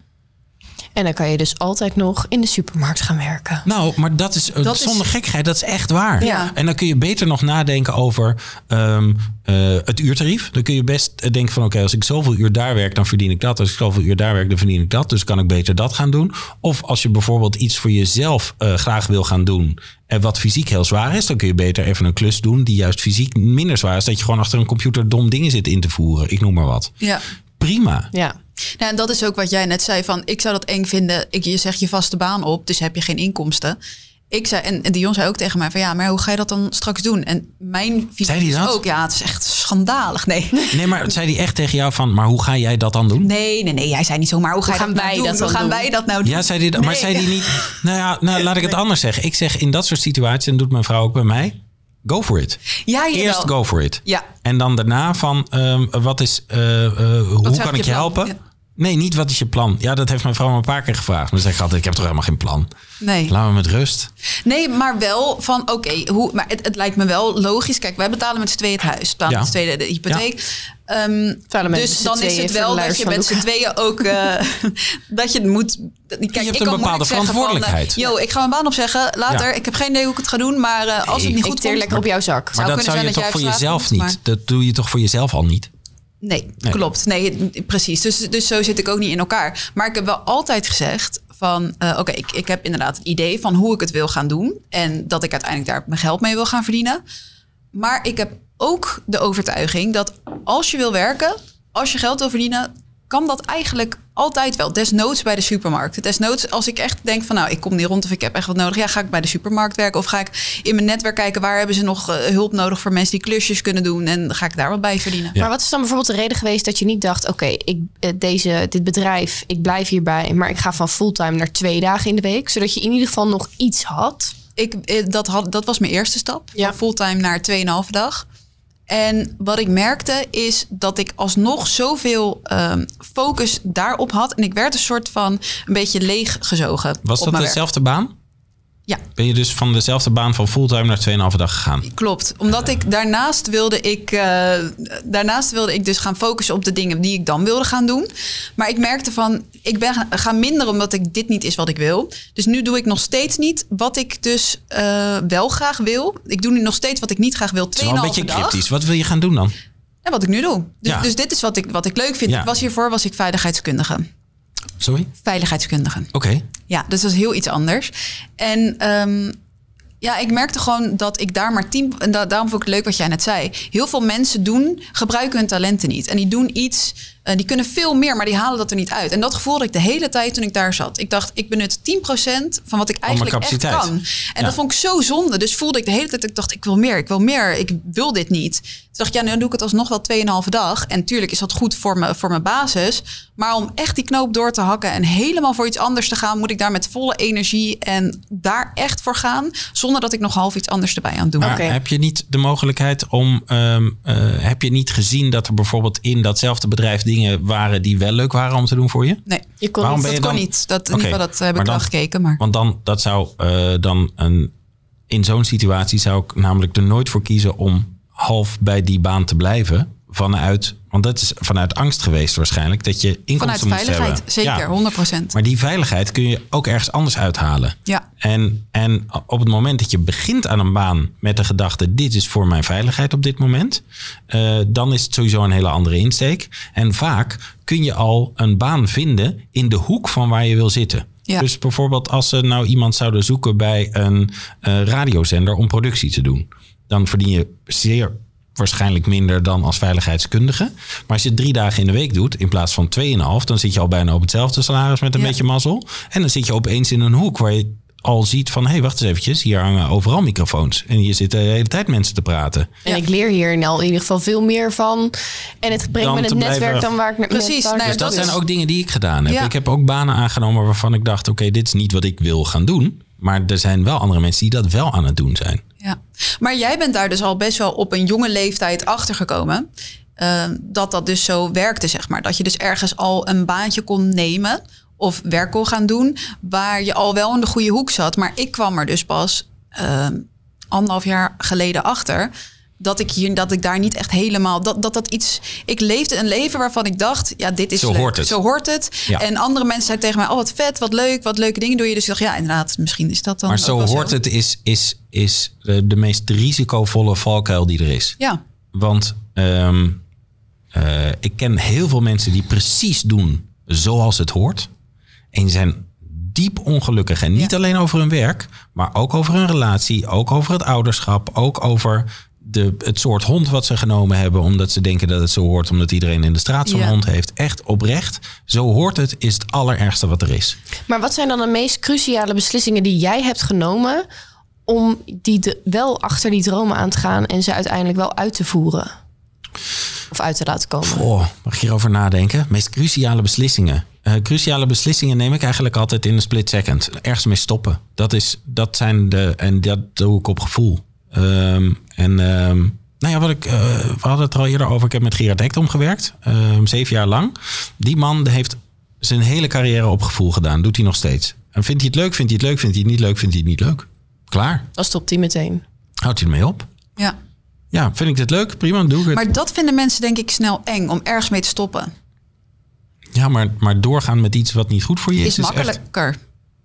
En dan kan je dus altijd nog in de supermarkt gaan werken. Nou, maar dat is uh, Dat is- zonder gekheid, dat is echt waar. Ja. En dan kun je beter nog nadenken over um, uh, het uurtarief. Dan kun je best denken van oké, als ik zoveel uur daar werk, dan verdien ik dat. Als ik zoveel uur daar werk, dan verdien ik dat. Dus kan ik beter dat gaan doen. Of als je bijvoorbeeld iets voor jezelf uh, graag wil gaan doen en wat fysiek heel zwaar is, dan kun je beter even een klus doen die juist fysiek minder zwaar is. Dat je gewoon achter een computer dom dingen zit in te voeren. Ik noem maar wat. Ja. Prima. Ja. Nou, en dat is ook wat jij net zei van, ik zou dat eng vinden. Ik, je zegt je vaste baan op, dus heb je geen inkomsten. Ik zei, en, en Dion zei ook tegen mij van, ja, maar hoe ga je dat dan straks doen? En mijn visie Zei die is dat? ook, ja, het is echt schandalig. Nee. Nee, maar zei hij echt tegen jou van, maar hoe ga jij dat dan doen? Nee, nee, nee. Hij zei niet zomaar, hoe ga Hoe je gaan dat nou wij doen? dat Hoe dan gaan doen? wij dat nou doen? Ja, zei die, dat, maar Nee. zei die niet... Nou ja, nou, laat ik het anders zeggen. Ik zeg in dat soort situaties, en doet mijn vrouw ook bij mij, go for it. Ja, jawel. Eerst go for it. Ja. En dan daarna van, um, wat is, uh, uh, hoe zou kan je ik je plan? helpen? Ja. Nee, niet wat is je plan? Ja, dat heeft mijn vrouw me een paar keer gevraagd. Maar dan zeg ik altijd, ik heb toch helemaal geen plan. Nee. Laat me met rust. Nee, maar wel van, oké, hoe? maar het, het lijkt me wel logisch. Kijk, wij betalen met z'n tweeën het huis. Betalen Ja. met z'n tweeën de hypotheek. Ehm, Betalen met dus z'n dan is tweeën het voor de wel dat luiers je van met z'n Luca. tweeën ook... uh, dat je het moet... Kijk, hebt ik een kan bepaalde moeilijk zeggen verantwoordelijkheid. Van, uh, yo, ik ga mijn baan opzeggen later. Ja. Ik heb geen idee hoe ik het ga doen. Maar uh, als het niet Ik goed teer komt... lekker op jouw zak. Maar Zou dat kunnen zou zijn je dat toch jij voor vraagt jezelf moet, niet? maar- Dat doe je toch voor jezelf al niet? Nee, Nee. klopt. Nee, precies. Dus, dus zo zit ik ook niet in elkaar. Maar ik heb wel altijd gezegd van... Uh, oké, ik, ik heb inderdaad het idee van hoe ik het wil gaan doen. En dat ik uiteindelijk daar mijn geld mee wil gaan verdienen. Maar ik heb ook de overtuiging dat als je wil werken... als je geld wil verdienen... kan dat eigenlijk altijd wel. Desnoods bij de supermarkt. Desnoods als ik echt denk van... nou, ik kom niet rond of ik heb echt wat nodig. Ja, ga ik bij de supermarkt werken? Of ga ik in mijn netwerk kijken... waar hebben ze nog uh, hulp nodig voor mensen die klusjes kunnen doen... en ga ik daar wat bij verdienen? Ja. Maar wat is dan bijvoorbeeld de reden geweest dat je niet dacht... oké, ik eh, deze dit bedrijf, ik blijf hierbij... maar ik ga van fulltime naar twee dagen in de week... zodat je in ieder geval nog iets had? Ik, eh, dat, had, dat was mijn eerste stap. Ja. Van fulltime naar twee en een halve dag. En wat ik merkte is dat ik alsnog zoveel um, focus daarop had. En ik werd een soort van een beetje leeggezogen. Was op dat mijn werk. dezelfde baan? Ja. Ben je dus van dezelfde baan van fulltime naar twee en een halve dag gegaan? Klopt. Omdat ik daarnaast wilde ik, uh, daarnaast wilde ik dus gaan focussen op de dingen die ik dan wilde gaan doen. Maar ik merkte van, ik ben gaan minderen omdat ik dit niet is wat ik wil. Dus nu doe ik nog steeds niet wat ik dus uh, wel graag wil. Ik doe nu nog steeds wat ik niet graag wil. Het is wel een beetje dag. cryptisch. Wat wil je gaan doen dan? En wat ik nu doe. Dus, Ja. dus dit is wat ik, wat ik leuk vind. Ja. Ik was hiervoor was ik veiligheidskundige. Sorry? Veiligheidskundige. Oké. Okay. Ja, dus dat is heel iets anders. En um, ja, ik merkte gewoon dat ik daar maar tien... En da- daarom vond ik het leuk wat jij net zei. Heel veel mensen doen, gebruiken hun talenten niet. En die doen iets... Uh, die kunnen veel meer, maar die halen dat er niet uit. En dat gevoelde ik de hele tijd toen ik daar zat. Ik dacht, ik benut tien procent van wat ik eigenlijk echt capaciteit. kan. En Ja. dat vond ik zo zonde. Dus voelde ik de hele tijd, ik dacht, ik wil meer, ik wil meer. Ik wil dit niet. Toen dacht ik, ja, nu doe ik het alsnog wel twee en een halve dag. En tuurlijk is dat goed voor, me, voor mijn basis. Maar om echt die knoop door te hakken en helemaal voor iets anders te gaan... moet ik daar met volle energie en daar echt voor gaan... zonder dat ik nog half iets anders erbij aan het doen ben. Maar Oké. heb je niet de mogelijkheid om... Um, uh, heb je niet gezien dat er bijvoorbeeld in datzelfde bedrijf dingen waren die wel leuk waren om te doen voor je? Nee, Je kon Waarom niet- ben je dat kon dan- niet. Dat, in Oké, ieder geval, dat heb maar ik wel dan- gekeken. Maar Want dan, dat zou uh, dan een... In zo'n situatie zou ik namelijk er nooit voor kiezen om half bij die baan te blijven. Vanuit, want dat is vanuit angst geweest waarschijnlijk, dat je inkomsten vanuit moest veiligheid, hebben. zeker, Ja. honderd procent. Maar die veiligheid kun je ook ergens anders uithalen. Ja. En, en op het moment dat je begint aan een baan met de gedachte... dit is voor mijn veiligheid op dit moment... Uh, dan is het sowieso een hele andere insteek. En vaak kun je al een baan vinden in de hoek van waar je wil zitten. Ja. Dus bijvoorbeeld als ze nou iemand zouden zoeken bij een uh, radiozender om productie te doen... dan verdien je zeer waarschijnlijk minder dan als veiligheidskundige. Maar als je het drie dagen in de week doet in plaats van tweeënhalf... dan zit je al bijna op hetzelfde salaris met een Ja. beetje mazzel. En dan zit je opeens in een hoek waar je al ziet van... hé, hey, wacht eens eventjes, hier hangen overal microfoons. En hier zitten de hele tijd mensen te praten. En ja. ik leer hier in, al in ieder geval veel meer van. En het brengt me het netwerk blijven... dan waar ik... Precies. Net, nou, dus dat is... zijn ook dingen die ik gedaan heb. Ja. Ik heb ook banen aangenomen waarvan ik dacht... oké, okay, dit is niet wat ik wil gaan doen. Maar er zijn wel andere mensen die dat wel aan het doen zijn. Ja. Maar jij bent daar dus al best wel op een jonge leeftijd achtergekomen... Uh, dat dat dus zo werkte, zeg maar. Dat je dus ergens al een baantje kon nemen... of werk kon gaan doen... waar je al wel in de goede hoek zat. Maar ik kwam er dus pas uh, anderhalf jaar geleden achter... dat ik, hier, dat ik daar niet echt helemaal... Dat, dat dat iets... Ik leefde een leven waarvan ik dacht... ja, dit is zo leuk. Hoort het. Zo hoort het. Ja. En andere mensen zeiden tegen mij... oh, wat vet, wat leuk, wat leuke dingen doe je. Dus ik dacht, ja, inderdaad, misschien is dat dan... Maar zo hoort zo. het is, is, is de, de meest risicovolle valkuil die er is. Ja. Want... Um, Uh, ik ken heel veel mensen die precies doen zoals het hoort. En die zijn diep ongelukkig. En niet ja. alleen over hun werk, maar ook over hun relatie. Ook over het ouderschap. Ook over de, het soort hond wat ze genomen hebben. Omdat ze denken dat het zo hoort. Omdat iedereen in de straat zo'n ja. hond heeft. Echt oprecht. Zo hoort het is het allerergste wat er is. Maar wat zijn dan de meest cruciale beslissingen die jij hebt genomen... om die de, wel achter die dromen aan te gaan... en ze uiteindelijk wel uit te voeren? Of uit te laten komen. Oh, mag ik hierover nadenken? Meest cruciale beslissingen. Uh, cruciale beslissingen neem ik eigenlijk altijd in een split second. Ergens mee stoppen. Dat is, dat zijn de, en dat doe ik op gevoel. Um, en um, nou ja, wat ik, uh, we hadden het er al eerder over. Ik heb met Gerard Ekdom gewerkt. Um, zeven jaar lang. Die man heeft zijn hele carrière op gevoel gedaan. Doet hij nog steeds. En vindt hij het leuk, vindt hij het leuk, vindt hij het niet leuk, vindt hij het niet leuk. Klaar. Dan stopt hij meteen. Houdt hij ermee op. Ja. Ja, vind ik dit leuk? Prima, dan doe ik het. Maar dat vinden mensen denk ik snel eng om ergens mee te stoppen. Ja, maar, maar doorgaan met iets wat niet goed voor je is... Is makkelijker. Echt,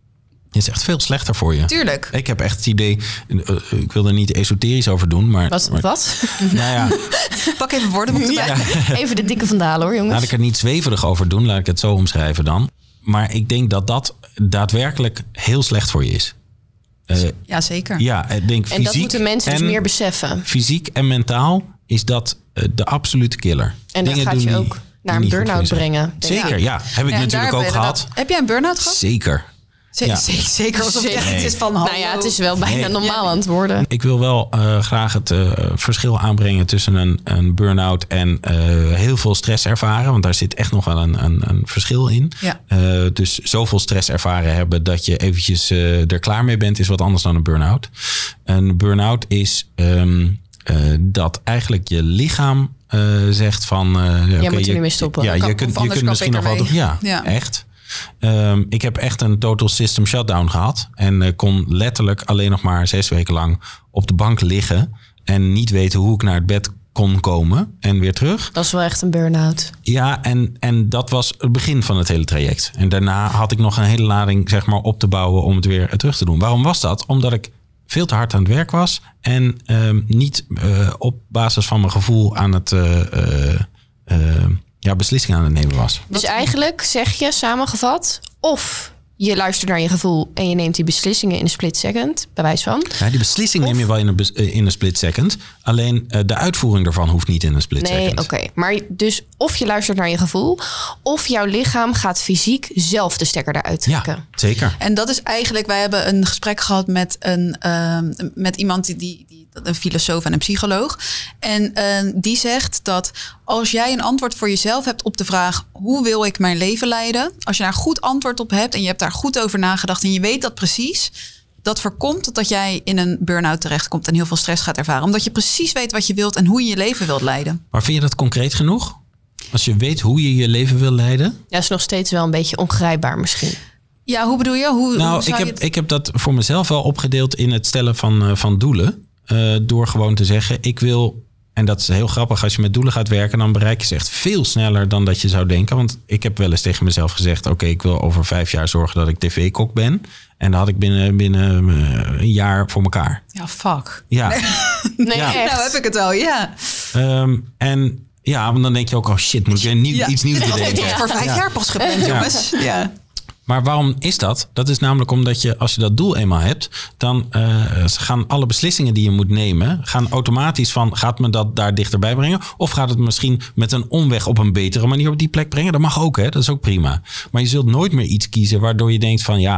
is echt veel slechter voor je. Tuurlijk. Ik heb echt het idee... Uh, ik wil er niet esoterisch over doen, maar... Wat? Maar, wat? Nou ja. Pak even woorden erbij. Ja. Even de dikke vandalen hoor, jongens. Laat ik er niet zweverig over doen. Laat ik het zo omschrijven dan. Maar ik denk dat dat daadwerkelijk heel slecht voor je is. Uh, ja, zeker. Ja, ik denk fysiek en dat moeten mensen dus en, meer beseffen. Fysiek en mentaal is dat uh, de absolute killer. En dat gaat je die, ook naar een burn-out brengen. Zeker, ja. Heb ik ja, natuurlijk ook gehad. Dat, heb jij een burn-out gehad? Zeker. Z- ja. Zeker. Alsof Zeker. Het nee. is van hallo. Nou ja, het is wel bijna nee. normaal ja. aan het worden. Ik wil wel uh, graag het uh, verschil aanbrengen tussen een, een burn-out en uh, heel veel stress ervaren. Want daar zit echt nog wel een, een, een verschil in. Ja. Uh, dus zoveel stress ervaren hebben dat je eventjes uh, er klaar mee bent, is wat anders dan een burn-out. Een burn-out is um, uh, dat eigenlijk je lichaam uh, zegt van... Uh, Jij okay, moet er je, nu mee stoppen. Ja, je kunt, je kunt misschien nog wel... Ja, ja, echt. Um, ik heb echt een total system shutdown gehad. En uh, kon letterlijk alleen nog maar zes weken lang op de bank liggen. En niet weten hoe ik naar het bed kon komen en weer terug. Dat is wel echt een burn-out. Ja, en, en dat was het begin van het hele traject. En daarna had ik nog een hele lading zeg maar, op te bouwen om het weer terug te doen. Waarom was dat? Omdat ik veel te hard aan het werk was. En um, niet uh, op basis van mijn gevoel aan het... Uh, uh, uh, ja, beslissingen aan het nemen was. Dus eigenlijk zeg je samengevat... of je luistert naar je gevoel en je neemt die beslissingen in een split second, bij wijze van. Ja, die beslissing of, neem je wel in een, in een split second. Alleen uh, de uitvoering daarvan hoeft niet in een split nee, second. Nee, oké. Okay. Maar dus of je luistert naar je gevoel... of jouw lichaam gaat fysiek zelf de stekker eruit trekken. Ja, zeker. En dat is eigenlijk... Wij hebben een gesprek gehad met, een, uh, met iemand die... die een filosoof en een psycholoog. En uh, die zegt dat als jij een antwoord voor jezelf hebt op de vraag... hoe wil ik mijn leven leiden? Als je daar goed antwoord op hebt en je hebt daar goed over nagedacht... en je weet dat precies... dat voorkomt dat jij in een burn-out terechtkomt... en heel veel stress gaat ervaren. Omdat je precies weet wat je wilt en hoe je je leven wilt leiden. Maar vind je dat concreet genoeg? Als je weet hoe je je leven wil leiden? Ja, is nog steeds wel een beetje ongrijpbaar misschien. Ja, hoe bedoel je? Hoe, nou, hoe ik, heb, het... ik heb dat voor mezelf wel opgedeeld in het stellen van, uh, van doelen... Uh, door gewoon te zeggen, ik wil... En dat is heel grappig, als je met doelen gaat werken... dan bereik je ze echt veel sneller dan dat je zou denken. Want ik heb wel eens tegen mezelf gezegd... oké, okay, ik wil over vijf jaar zorgen dat ik tv-kok ben. En dat had ik binnen, binnen uh, een jaar voor elkaar. Ja, fuck. Ja. Nee, nee ja. echt. Nou heb ik het wel, ja. Um, en ja, want dan denk je ook... oh shit, moet je nieuw, ja. iets nieuws bedenken. Het is voor vijf ja. jaar pas gepland, ja. jongens. Ja. Maar waarom is dat? Dat is namelijk omdat je, als je dat doel eenmaal hebt... dan uh, gaan alle beslissingen die je moet nemen... gaan automatisch van, gaat me dat daar dichterbij brengen? Of gaat het misschien met een omweg op een betere manier op die plek brengen? Dat mag ook, hè? Dat is ook prima. Maar je zult nooit meer iets kiezen waardoor je denkt van... ja,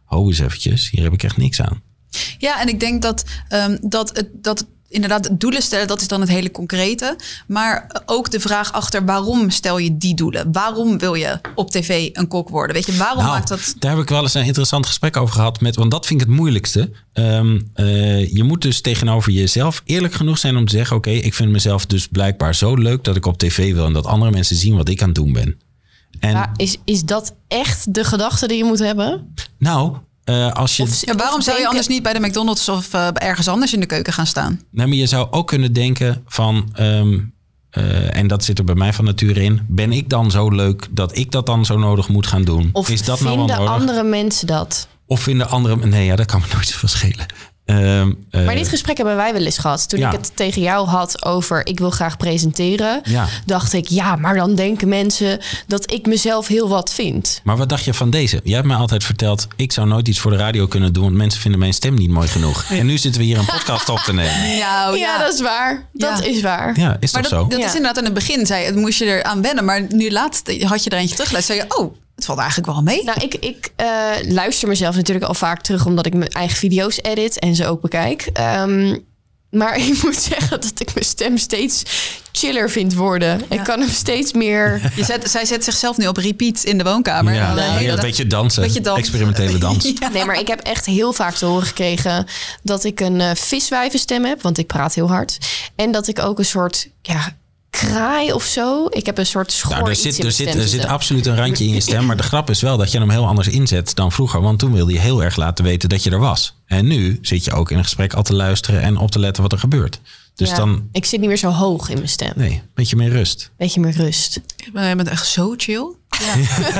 ho eens eventjes, hier heb ik echt niks aan. Ja, en ik denk dat, um, dat, het, dat inderdaad doelen stellen, dat is dan het hele concrete. Maar ook de vraag achter waarom stel je die doelen? Waarom wil je op tv een kok worden? Weet je, waarom nou, maakt dat... Daar heb ik wel eens een interessant gesprek over gehad. Met, want dat vind ik het moeilijkste. Um, uh, je moet dus tegenover jezelf eerlijk genoeg zijn om te zeggen... oké, okay, ik vind mezelf dus blijkbaar zo leuk dat ik op tv wil... en dat andere mensen zien wat ik aan het doen ben. En, ja, is, is dat echt de gedachte die je moet hebben? Nou... Uh, als je, of, ja, waarom zou je denken... anders niet bij de McDonald's of uh, ergens anders in de keuken gaan staan? Nee, maar je zou ook kunnen denken van... Um, uh, en dat zit er bij mij van nature in. Ben ik dan zo leuk dat ik dat dan zo nodig moet gaan doen? Of is dat vinden nou wel nodig? andere mensen dat? Of vinden andere... Nee, ja, dat kan me nooit zoveel schelen. Um, uh, maar dit gesprek hebben wij wel eens gehad. Toen ja. ik het tegen jou had over ik wil graag presenteren... Ja. dacht ik, ja, maar dan denken mensen dat ik mezelf heel wat vind. Maar wat dacht je van deze? Jij hebt mij altijd verteld... ik zou nooit iets voor de radio kunnen doen... want mensen vinden mijn stem niet mooi genoeg. En nu zitten we hier een podcast op te nemen. Nou, ja, ja, dat is waar. Dat ja. is waar. Ja, is maar toch dat, zo? Dat ja. is inderdaad in het begin, zei het moest je er aan wennen. Maar nu laatst had je er eentje teruggeluisterd. Zei je, oh... Het valt eigenlijk wel mee. Nou, ik, ik uh, luister mezelf natuurlijk al vaak terug... omdat ik mijn eigen video's edit en ze ook bekijk. Um, maar ik moet zeggen dat ik mijn stem steeds chiller vind worden. Ja. Ik kan hem steeds meer... Je zet, zij zet zichzelf nu op repeat in de woonkamer. Ja, nee, ja, dat, een beetje dansen. Beetje dans. Experimentele dans. Ja. Nee, maar ik heb echt heel vaak te horen gekregen... dat ik een uh, viswijvenstem heb, want ik praat heel hard. En dat ik ook een soort... ja. kraai of zo. Ik heb een soort schor nou, er iets zit, in er mijn zit, er zit absoluut een randje in je stem. Maar de grap is wel dat je hem heel anders inzet dan vroeger. Want toen wilde je heel erg laten weten dat je er was. En nu zit je ook in een gesprek al te luisteren en op te letten wat er gebeurt. Dus ja, dan... Ik zit niet meer zo hoog in mijn stem. Nee, een beetje meer rust. Beetje meer rust. Je bent echt zo chill. Ja.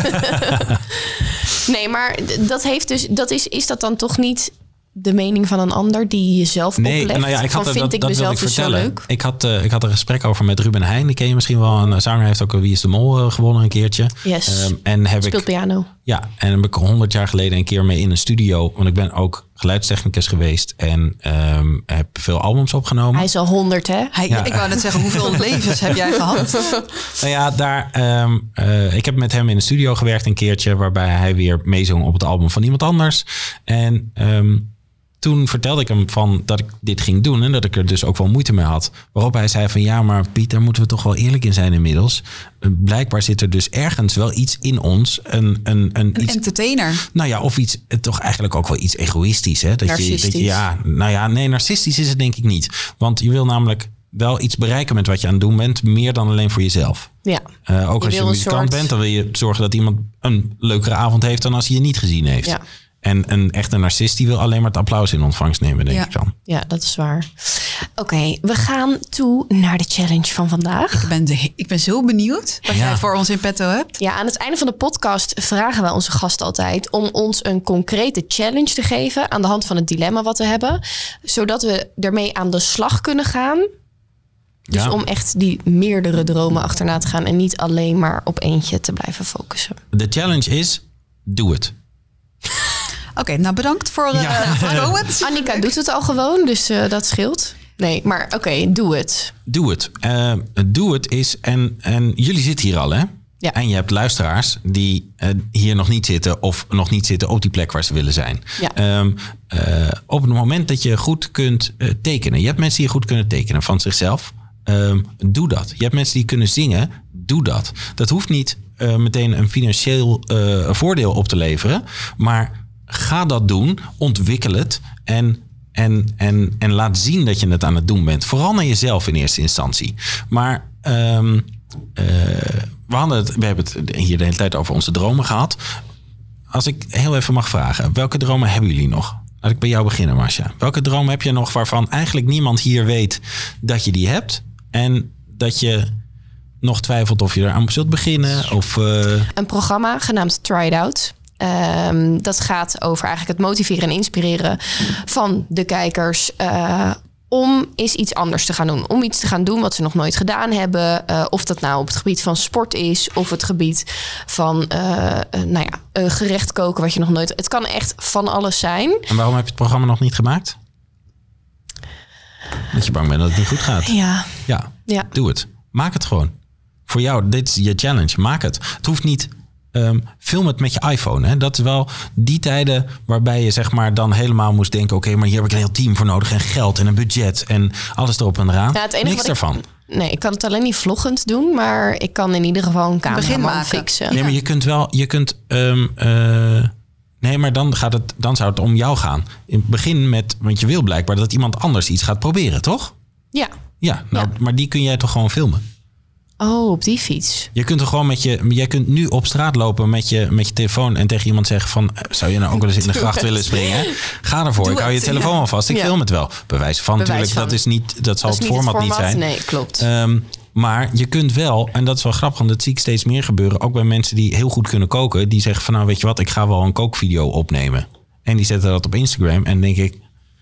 Nee, maar dat heeft dus... Dat is, is dat dan toch niet... de mening van een ander die jezelf nee, oplegt? Nou ja, ik had, van, vind dat, ik dat mezelf wil ik dus vertellen. zo leuk? Ik had, uh, ik had een gesprek over met Ruben Heijn. Die ken je misschien wel. Een zanger, heeft ook een Wie is de Mol uh, gewonnen een keertje. Yes, um, en heb speelt ik, piano. Ja, en heb ik honderd jaar geleden een keer mee in een studio. Want ik ben ook geluidstechnicus geweest. En um, heb veel albums opgenomen. Hij is al honderd, hè? Hij, ja. Ik wou net zeggen, hoeveel levens heb jij gehad? Nou ja, daar, um, uh, ik heb met hem in de studio gewerkt een keertje. Waarbij hij weer meezong op het album van iemand anders. En... Um, Toen vertelde ik hem van dat ik dit ging doen en dat ik er dus ook wel moeite mee had. Waarop hij zei van ja, maar Piet, daar moeten we toch wel eerlijk in zijn inmiddels. Blijkbaar zit er dus ergens wel iets in ons. Een, een, een, een iets, entertainer. Nou ja, of iets, toch eigenlijk ook wel iets egoïstisch. Hè? Dat narcistisch. Je, dat je, ja, nou ja, nee, narcistisch is het denk ik niet. Want je wil namelijk wel iets bereiken met wat je aan het doen bent. Meer dan alleen voor jezelf. Ja. Uh, ook je als je muzikant soort... bent, dan wil je zorgen dat iemand een leukere avond heeft dan als hij je niet gezien heeft. Ja. En een echte narcist die wil alleen maar het applaus in ontvangst nemen, denk ja. ik dan. Ja, dat is waar. Oké, okay, we gaan toe naar de challenge van vandaag. Ik ben, de, ik ben zo benieuwd wat ja. jij voor ons in petto hebt. Ja, aan het einde van de podcast vragen wij onze gast altijd... om ons een concrete challenge te geven aan de hand van het dilemma wat we hebben. Zodat we ermee aan de slag kunnen gaan. Dus ja. om echt die meerdere dromen achterna te gaan... en niet alleen maar op eentje te blijven focussen. De challenge is, doe het. Oké, okay, nou bedankt voor uh, ja. het. Annika doet het al gewoon, dus uh, dat scheelt. Nee, maar oké, okay, doe het. Doe het. Uh, doe het is, en, en jullie zitten hier al, hè? Ja. En je hebt luisteraars die uh, hier nog niet zitten... of nog niet zitten op die plek waar ze willen zijn. Ja. Um, uh, op het moment dat je goed kunt uh, tekenen... je hebt mensen die goed kunnen tekenen van zichzelf... Um, doe dat. Je hebt mensen die kunnen zingen, doe dat. Dat hoeft niet uh, meteen een financieel uh, voordeel op te leveren... maar... Ga dat doen, ontwikkel het en, en, en, en laat zien dat je het aan het doen bent. Vooral naar jezelf in eerste instantie. Maar um, uh, we, hadden het, we hebben het hier de hele tijd over onze dromen gehad. Als ik heel even mag vragen, welke dromen hebben jullie nog? Laat ik bij jou beginnen, Masha. Welke droom heb je nog waarvan eigenlijk niemand hier weet dat je die hebt? En dat je nog twijfelt of je eraan zult beginnen? Of, uh... Een programma genaamd Try It Out. Um, dat gaat over eigenlijk het motiveren en inspireren van de kijkers... Uh, om eens iets anders te gaan doen. Om iets te gaan doen wat ze nog nooit gedaan hebben. Uh, of dat nou op het gebied van sport is... of het gebied van uh, uh, nou ja, een gerecht koken wat je nog nooit... Het kan echt van alles zijn. En waarom heb je het programma nog niet gemaakt? Dat je bang bent dat het niet goed gaat. Ja. Ja, ja. Doe het. Maak het gewoon. Voor jou, dit is je challenge. Maak het. Het hoeft niet Um, film het met je iPhone. Hè? Dat is wel die tijden waarbij je zeg maar dan helemaal moest denken... oké, okay, maar hier heb ik een heel team voor nodig en geld en een budget en alles erop en eraan. Ja, het enige Niks daarvan. Ik, nee, ik kan het alleen niet vloggend doen, maar ik kan in ieder geval een cameraman fixen. Nee, maar je kunt wel, je kunt... Um, uh, nee, maar dan, gaat het, dan zou het om jou gaan. In het begin met, want je wil blijkbaar dat iemand anders iets gaat proberen, toch? Ja. Ja, nou, ja. Maar die kun jij toch gewoon filmen? Oh, op die fiets. Je kunt er gewoon met je. Jij kunt nu op straat lopen met je, met je telefoon en tegen iemand zeggen van, zou je nou ook wel eens in de gracht Doe willen het. springen? Ga ervoor. Doe ik hou je het, telefoon ja. al vast. Ik Ja. film het wel. Bewijs van Bewijs natuurlijk. van. Dat is niet. Dat zal Dat het is niet format, het format niet zijn. Nee, klopt. Um, maar je kunt wel, en dat is wel grappig, want dat zie ik steeds meer gebeuren. Ook bij mensen die heel goed kunnen koken. Die zeggen van, nou weet je wat, ik ga wel een kookvideo opnemen. En die zetten dat op Instagram. En dan denk ik,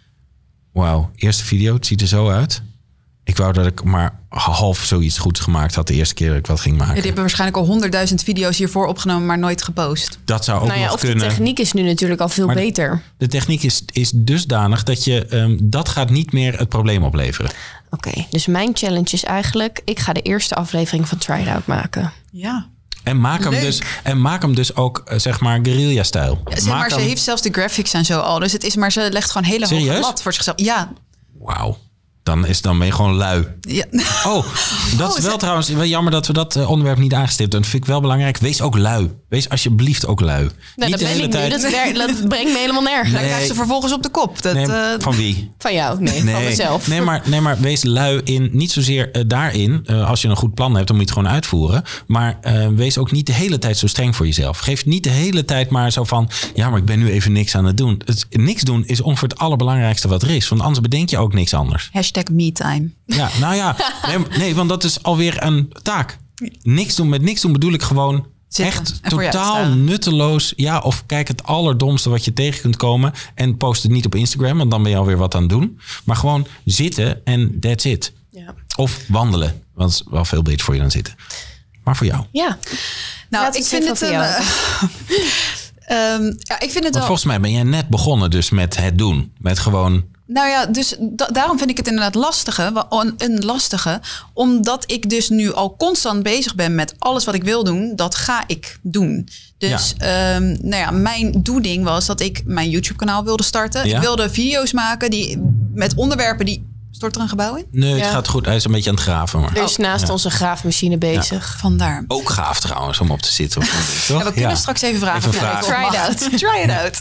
wauw, eerste video, het ziet er zo uit. Ik wou dat ik maar half zoiets goeds gemaakt had de eerste keer dat ik wat ging maken. Ja, die hebben waarschijnlijk al honderdduizend video's hiervoor opgenomen, maar nooit gepost. Dat zou ook Nou ja, nog of kunnen. de techniek is nu natuurlijk al veel Maar de- beter. De techniek is, is dusdanig dat je um, dat gaat niet meer het probleem opleveren. Oké, okay, dus mijn challenge is eigenlijk... ik ga de eerste aflevering van Try It Out maken. Ja. En maak hem Leuk. dus, en maak hem dus ook, uh, zeg maar, guerrilla-stijl. Ja, zeg Maak maar, ze hem- heeft zelfs de graphics en zo al. Dus het is maar, ze legt gewoon hele hoge Serieus? lat voor zichzelf. Ja. Wauw. Dan, is, dan ben je gewoon lui. ja. Oh, dat Oh, is wel ze- trouwens wel jammer dat we dat uh, onderwerp niet aangestipt hebben. Dat vind ik wel belangrijk. Wees ook lui. Wees alsjeblieft ook lui. Nou, niet dat de ben hele ik tijd. nu. Dat, wer- dat brengt me helemaal nergens. Dan Nee. krijgt ze vervolgens op de kop. Dat, Nee, eh, van wie? Van jou? Nee, van mezelf. Nee, maar, nee, maar wees lui in, niet zozeer uh, daarin. Uh, als je een goed plan hebt, dan moet je het gewoon uitvoeren. Maar uh, wees ook niet de hele tijd zo streng voor jezelf. Geef niet de hele tijd maar zo van, ja, maar ik ben nu even niks aan het doen. Het, niks doen is ongeveer het allerbelangrijkste wat er is. Want anders bedenk je ook niks anders. Hashtag me-time. Ja, nou ja, nee, nee, want dat is alweer een taak. Niks doen, met niks doen bedoel ik gewoon Zitten echt en voor je totaal uitstaan. nutteloos. Ja, of kijk het allerdomste wat je tegen kunt komen en post het niet op Instagram, want dan ben je alweer wat aan het doen. Maar gewoon zitten en that's it. Ja. Of wandelen, want dat is wel veel beter voor je dan zitten. Maar voor jou. Ja. Nou, Laat ik het vind het zeggen een... voor jou. eh, ehm, ja, ik vind het Want wel... volgens mij ben jij net begonnen dus met het doen. Met gewoon... Nou ja, dus da- daarom vind ik het inderdaad lastige, wa- een, een lastige. Omdat ik dus nu al constant bezig ben met alles wat ik wil doen, dat ga ik doen. Dus ehm, nou ja, mijn doeding was dat ik mijn YouTube kanaal wilde starten. Ja. Ik wilde video's maken die met onderwerpen die... Stort er een gebouw in? Nee, het Ja. gaat goed. Hij is een beetje aan het graven. Maar Er is naast ja. onze graafmachine bezig. Vandaar. ook gaaf trouwens om op te zitten. Of niet, toch? Ja, we kunnen straks even vragen. Even of jij vragen. het Try it mag. out. Try it out.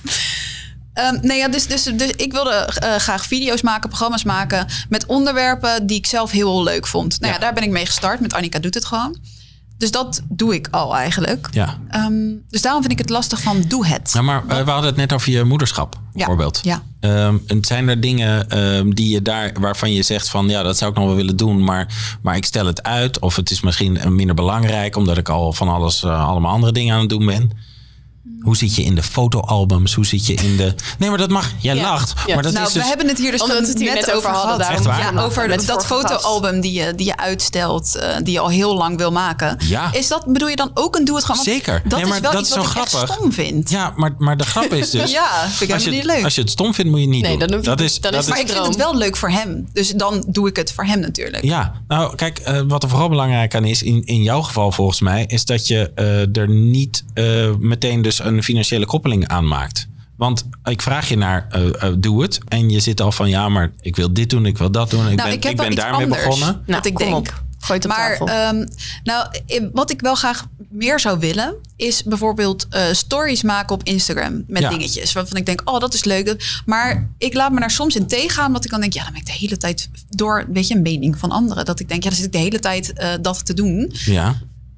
Um, nee, ja, dus, dus, dus ik wilde uh, graag video's maken, programma's maken met onderwerpen die ik zelf heel leuk vond. Nou ja, Ja. daar ben ik mee gestart. Met Annika doet het gewoon. Dus dat doe ik al eigenlijk. Ja. Um, dus daarom vind ik het lastig van doe het. Nou, maar uh, we hadden het net over je moederschap, bijvoorbeeld. Ja. Um, en zijn er dingen um, die je daar, waarvan je zegt van ja, dat zou ik nog wel willen doen, maar, maar ik stel het uit. Of het is misschien minder belangrijk, omdat ik al van alles, uh, allemaal andere dingen aan het doen ben. Hoe zit je in de fotoalbums? Hoe zit je in de... Nee, maar dat mag. Jij Ja. lacht. Ja. Maar dat Nou, is dus... we hebben het hier dus Omdat we het hier net, net over hadden, gehad. daarom Echt waar? Ja, mag over met dat vorige gast. fotoalbum die je, die je uitstelt, uh, die je al heel lang wil maken. Ja. Is dat, bedoel je dan ook een doe het gewoon? Want Zeker. Dat Nee, maar is wel dat iets is wat zo ik echt grappig. stom vind. Ja, maar, maar de grap is dus... Ja, vind ik als, je, helemaal niet leuk. als je het stom vindt, moet je het niet Nee, doen. dan hoef je- dat is, dan dat is- is, Maar ik vind het wel leuk voor hem. Dus dan doe ik het voor hem natuurlijk. Ja, nou kijk, uh, wat er vooral belangrijk aan is, in, in jouw geval volgens mij, is dat je uh, er niet uh, meteen dus een financiële koppeling aan maakt. Want ik vraag je naar, uh, uh, doe het. En je zit al van, ja, maar ik wil dit doen, ik wil dat doen. Ik Nou, ben, ik heb ik wel ben iets daarmee anders. begonnen. Nou, dat ik kom denk. op. Gooi het op Maar tafel. um, nou, i- wat ik wel graag meer zou willen, is bijvoorbeeld uh, stories maken op Instagram met Ja. dingetjes. Waarvan ik denk, oh, dat is leuk. Maar ik laat me daar soms in tegengaan, omdat ik dan denk, ja, dan ben ik de hele tijd door, weet je, een mening van anderen. Dat ik denk, ja, dan zit ik de hele tijd uh, dat te doen. Ja,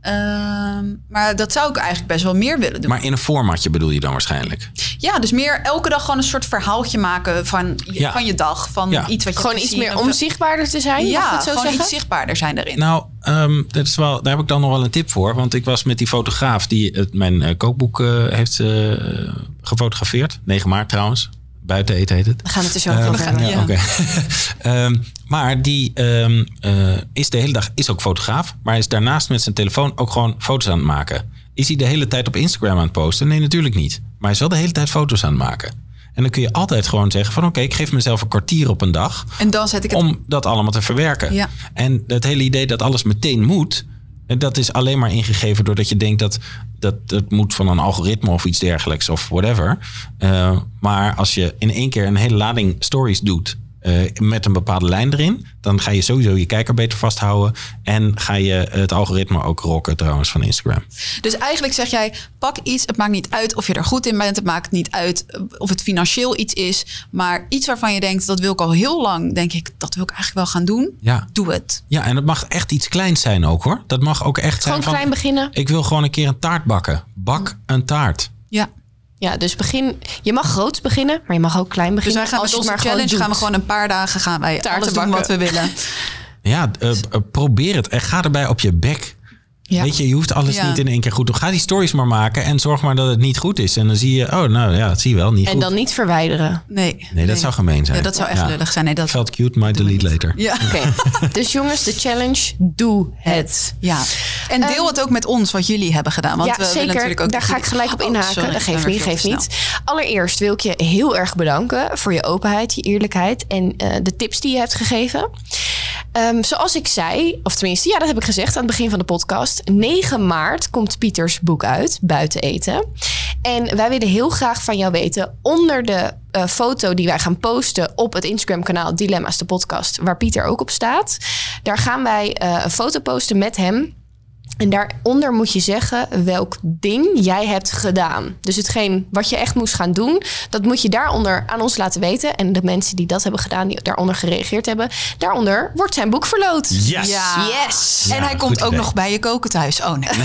Um, maar dat zou ik eigenlijk best wel meer willen doen. maar in een formatje bedoel je dan waarschijnlijk. Ja, dus meer elke dag gewoon een soort verhaaltje maken van je, Ja. van je dag. Van Ja. iets wat je Gewoon hebt iets gezien meer of- om zichtbaarder te zijn, mag Ja, ik het zo gewoon zeggen? iets zichtbaarder zijn daarin. Nou, um, dat is wel, daar heb ik dan nog wel een tip voor. Want ik was met die fotograaf die het, mijn uh, kookboek uh, heeft uh, gefotografeerd. negen maart trouwens. Buiten eten heet het. We gaan het er zo Uh, over hebben. ja, Ja. oké. um, maar die um, uh, is de hele dag is ook fotograaf. Maar is daarnaast met zijn telefoon ook gewoon foto's aan het maken. Is hij de hele tijd op Instagram aan het posten? Nee, natuurlijk niet. Maar hij is wel de hele tijd foto's aan het maken. En dan kun je altijd gewoon zeggen van oké, okay, ik geef mezelf een kwartier op een dag. En dan zet ik het... Om dat allemaal te verwerken. Ja. En het hele idee dat alles meteen moet. En dat is alleen maar ingegeven doordat je denkt dat dat het moet van een algoritme of iets dergelijks of whatever. Uh, maar als je in één keer een hele lading stories doet uh, met een bepaalde lijn erin, dan ga je sowieso je kijker beter vasthouden en ga je het algoritme ook rocken trouwens van Instagram. Dus eigenlijk zeg jij, pak iets, het maakt niet uit of je er goed in bent, het maakt niet uit of het financieel iets is, maar iets waarvan je denkt, dat wil ik al heel lang, denk ik, dat wil ik eigenlijk wel gaan doen. Ja. Doe het. Ja, en het mag echt iets kleins zijn ook hoor. Dat mag ook echt Gewoon zijn van, klein beginnen. Ik wil gewoon een keer een taart bakken. Bak een taart. Ja. Ja, dus begin. Je mag groots beginnen, maar je mag ook klein Dus beginnen. wij gaan als met je onze maar challenge gewoon gaan we doet. gewoon een paar dagen gaan wij Taarten alles doen bakken. wat we willen. Ja, uh, uh, probeer het. En ga erbij op je bek. Ja. Weet je, je hoeft alles Ja. niet in één keer goed te doen. Ga die stories maar maken en zorg maar dat het niet goed is. En dan zie je, oh nou ja, dat zie je wel, niet En goed. dan niet verwijderen. Nee. Nee, dat zou gemeen zijn. Ja, dat zou echt lullig zijn. Nee, dat Felt cute, might delete later. Ja. Oké. Dus jongens, de challenge, doe het. Ja. En deel Um, het ook met ons wat jullie hebben gedaan. Want ja, we willen zeker. natuurlijk ook Daar dat ga ik jullie- gelijk op Oh, inhaken. sorry, dat ik ben geeft weer niet, veel geeft te niet. Allereerst wil ik je heel erg bedanken voor je openheid, je eerlijkheid en uh, de tips die je hebt gegeven. Um, zoals ik zei, of tenminste, ja, dat heb ik gezegd aan het begin van de podcast. negen maart komt Pieters boek uit, Buiten Eten. En wij willen heel graag van jou weten, onder de uh, foto die wij gaan posten op het Instagram-kanaal Dilemma's de podcast, waar Pieter ook op staat. Daar gaan wij uh, een foto posten met hem. En daaronder moet je zeggen welk ding jij hebt gedaan. Dus hetgeen wat je echt moest gaan doen, dat moet je daaronder aan ons laten weten. En de mensen die dat hebben gedaan, die daaronder gereageerd hebben, daaronder wordt zijn boek verloot. Yes! Ja. Yes! En Ja, hij goed komt ook idee. nog bij je koken thuis. Oh nee.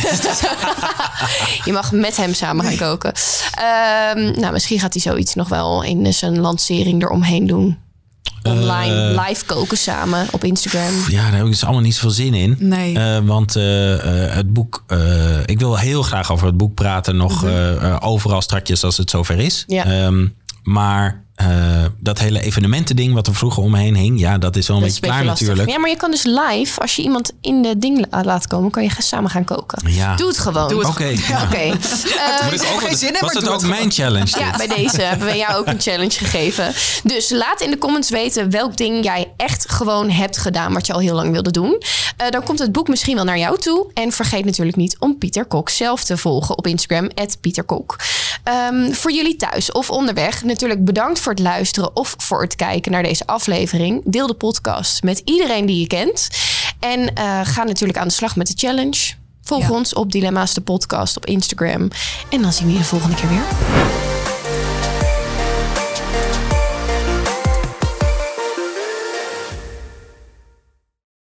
Je mag met hem samen gaan koken. Um, nou, misschien gaat hij zoiets nog wel in zijn lancering eromheen doen. Online, Uh, live koken samen op Instagram. Ja, daar heb ik dus allemaal niet zoveel zin in. Nee. Uh, want uh, uh, het boek... Uh, ik wil heel graag over het boek praten. Nog Mm-hmm. uh, uh, overal strakjes als het zover is. Ja. Um, maar uh, dat hele evenementending wat er vroeger omheen hing... ja, dat is wel een Dat is beetje klaar lastig. natuurlijk. Ja, maar je kan dus live, als je iemand in de ding la- laat komen, kan je samen gaan koken. Ja. Doe het gewoon. Doe het Oké. Oké. ja. Okay. Moet ik Uh, ook geen zin in, Was maar het doe ook het mijn challenge? ja, dit? bij deze hebben we jou ook een challenge gegeven. Dus laat in de comments weten welk ding jij echt gewoon hebt gedaan, wat je al heel lang wilde doen. Uh, dan komt het boek misschien wel naar jou toe. En vergeet natuurlijk niet om Pieter Kok zelf te volgen op Instagram, at Pieter Kok. Um, voor jullie thuis of onderweg, natuurlijk bedankt voor het luisteren of voor het kijken naar deze aflevering. Deel de podcast met iedereen die je kent. En uh, ga natuurlijk aan de slag met de challenge. Volg Ja. ons op Dilemma's de podcast op Instagram. En dan zien we je de volgende keer weer.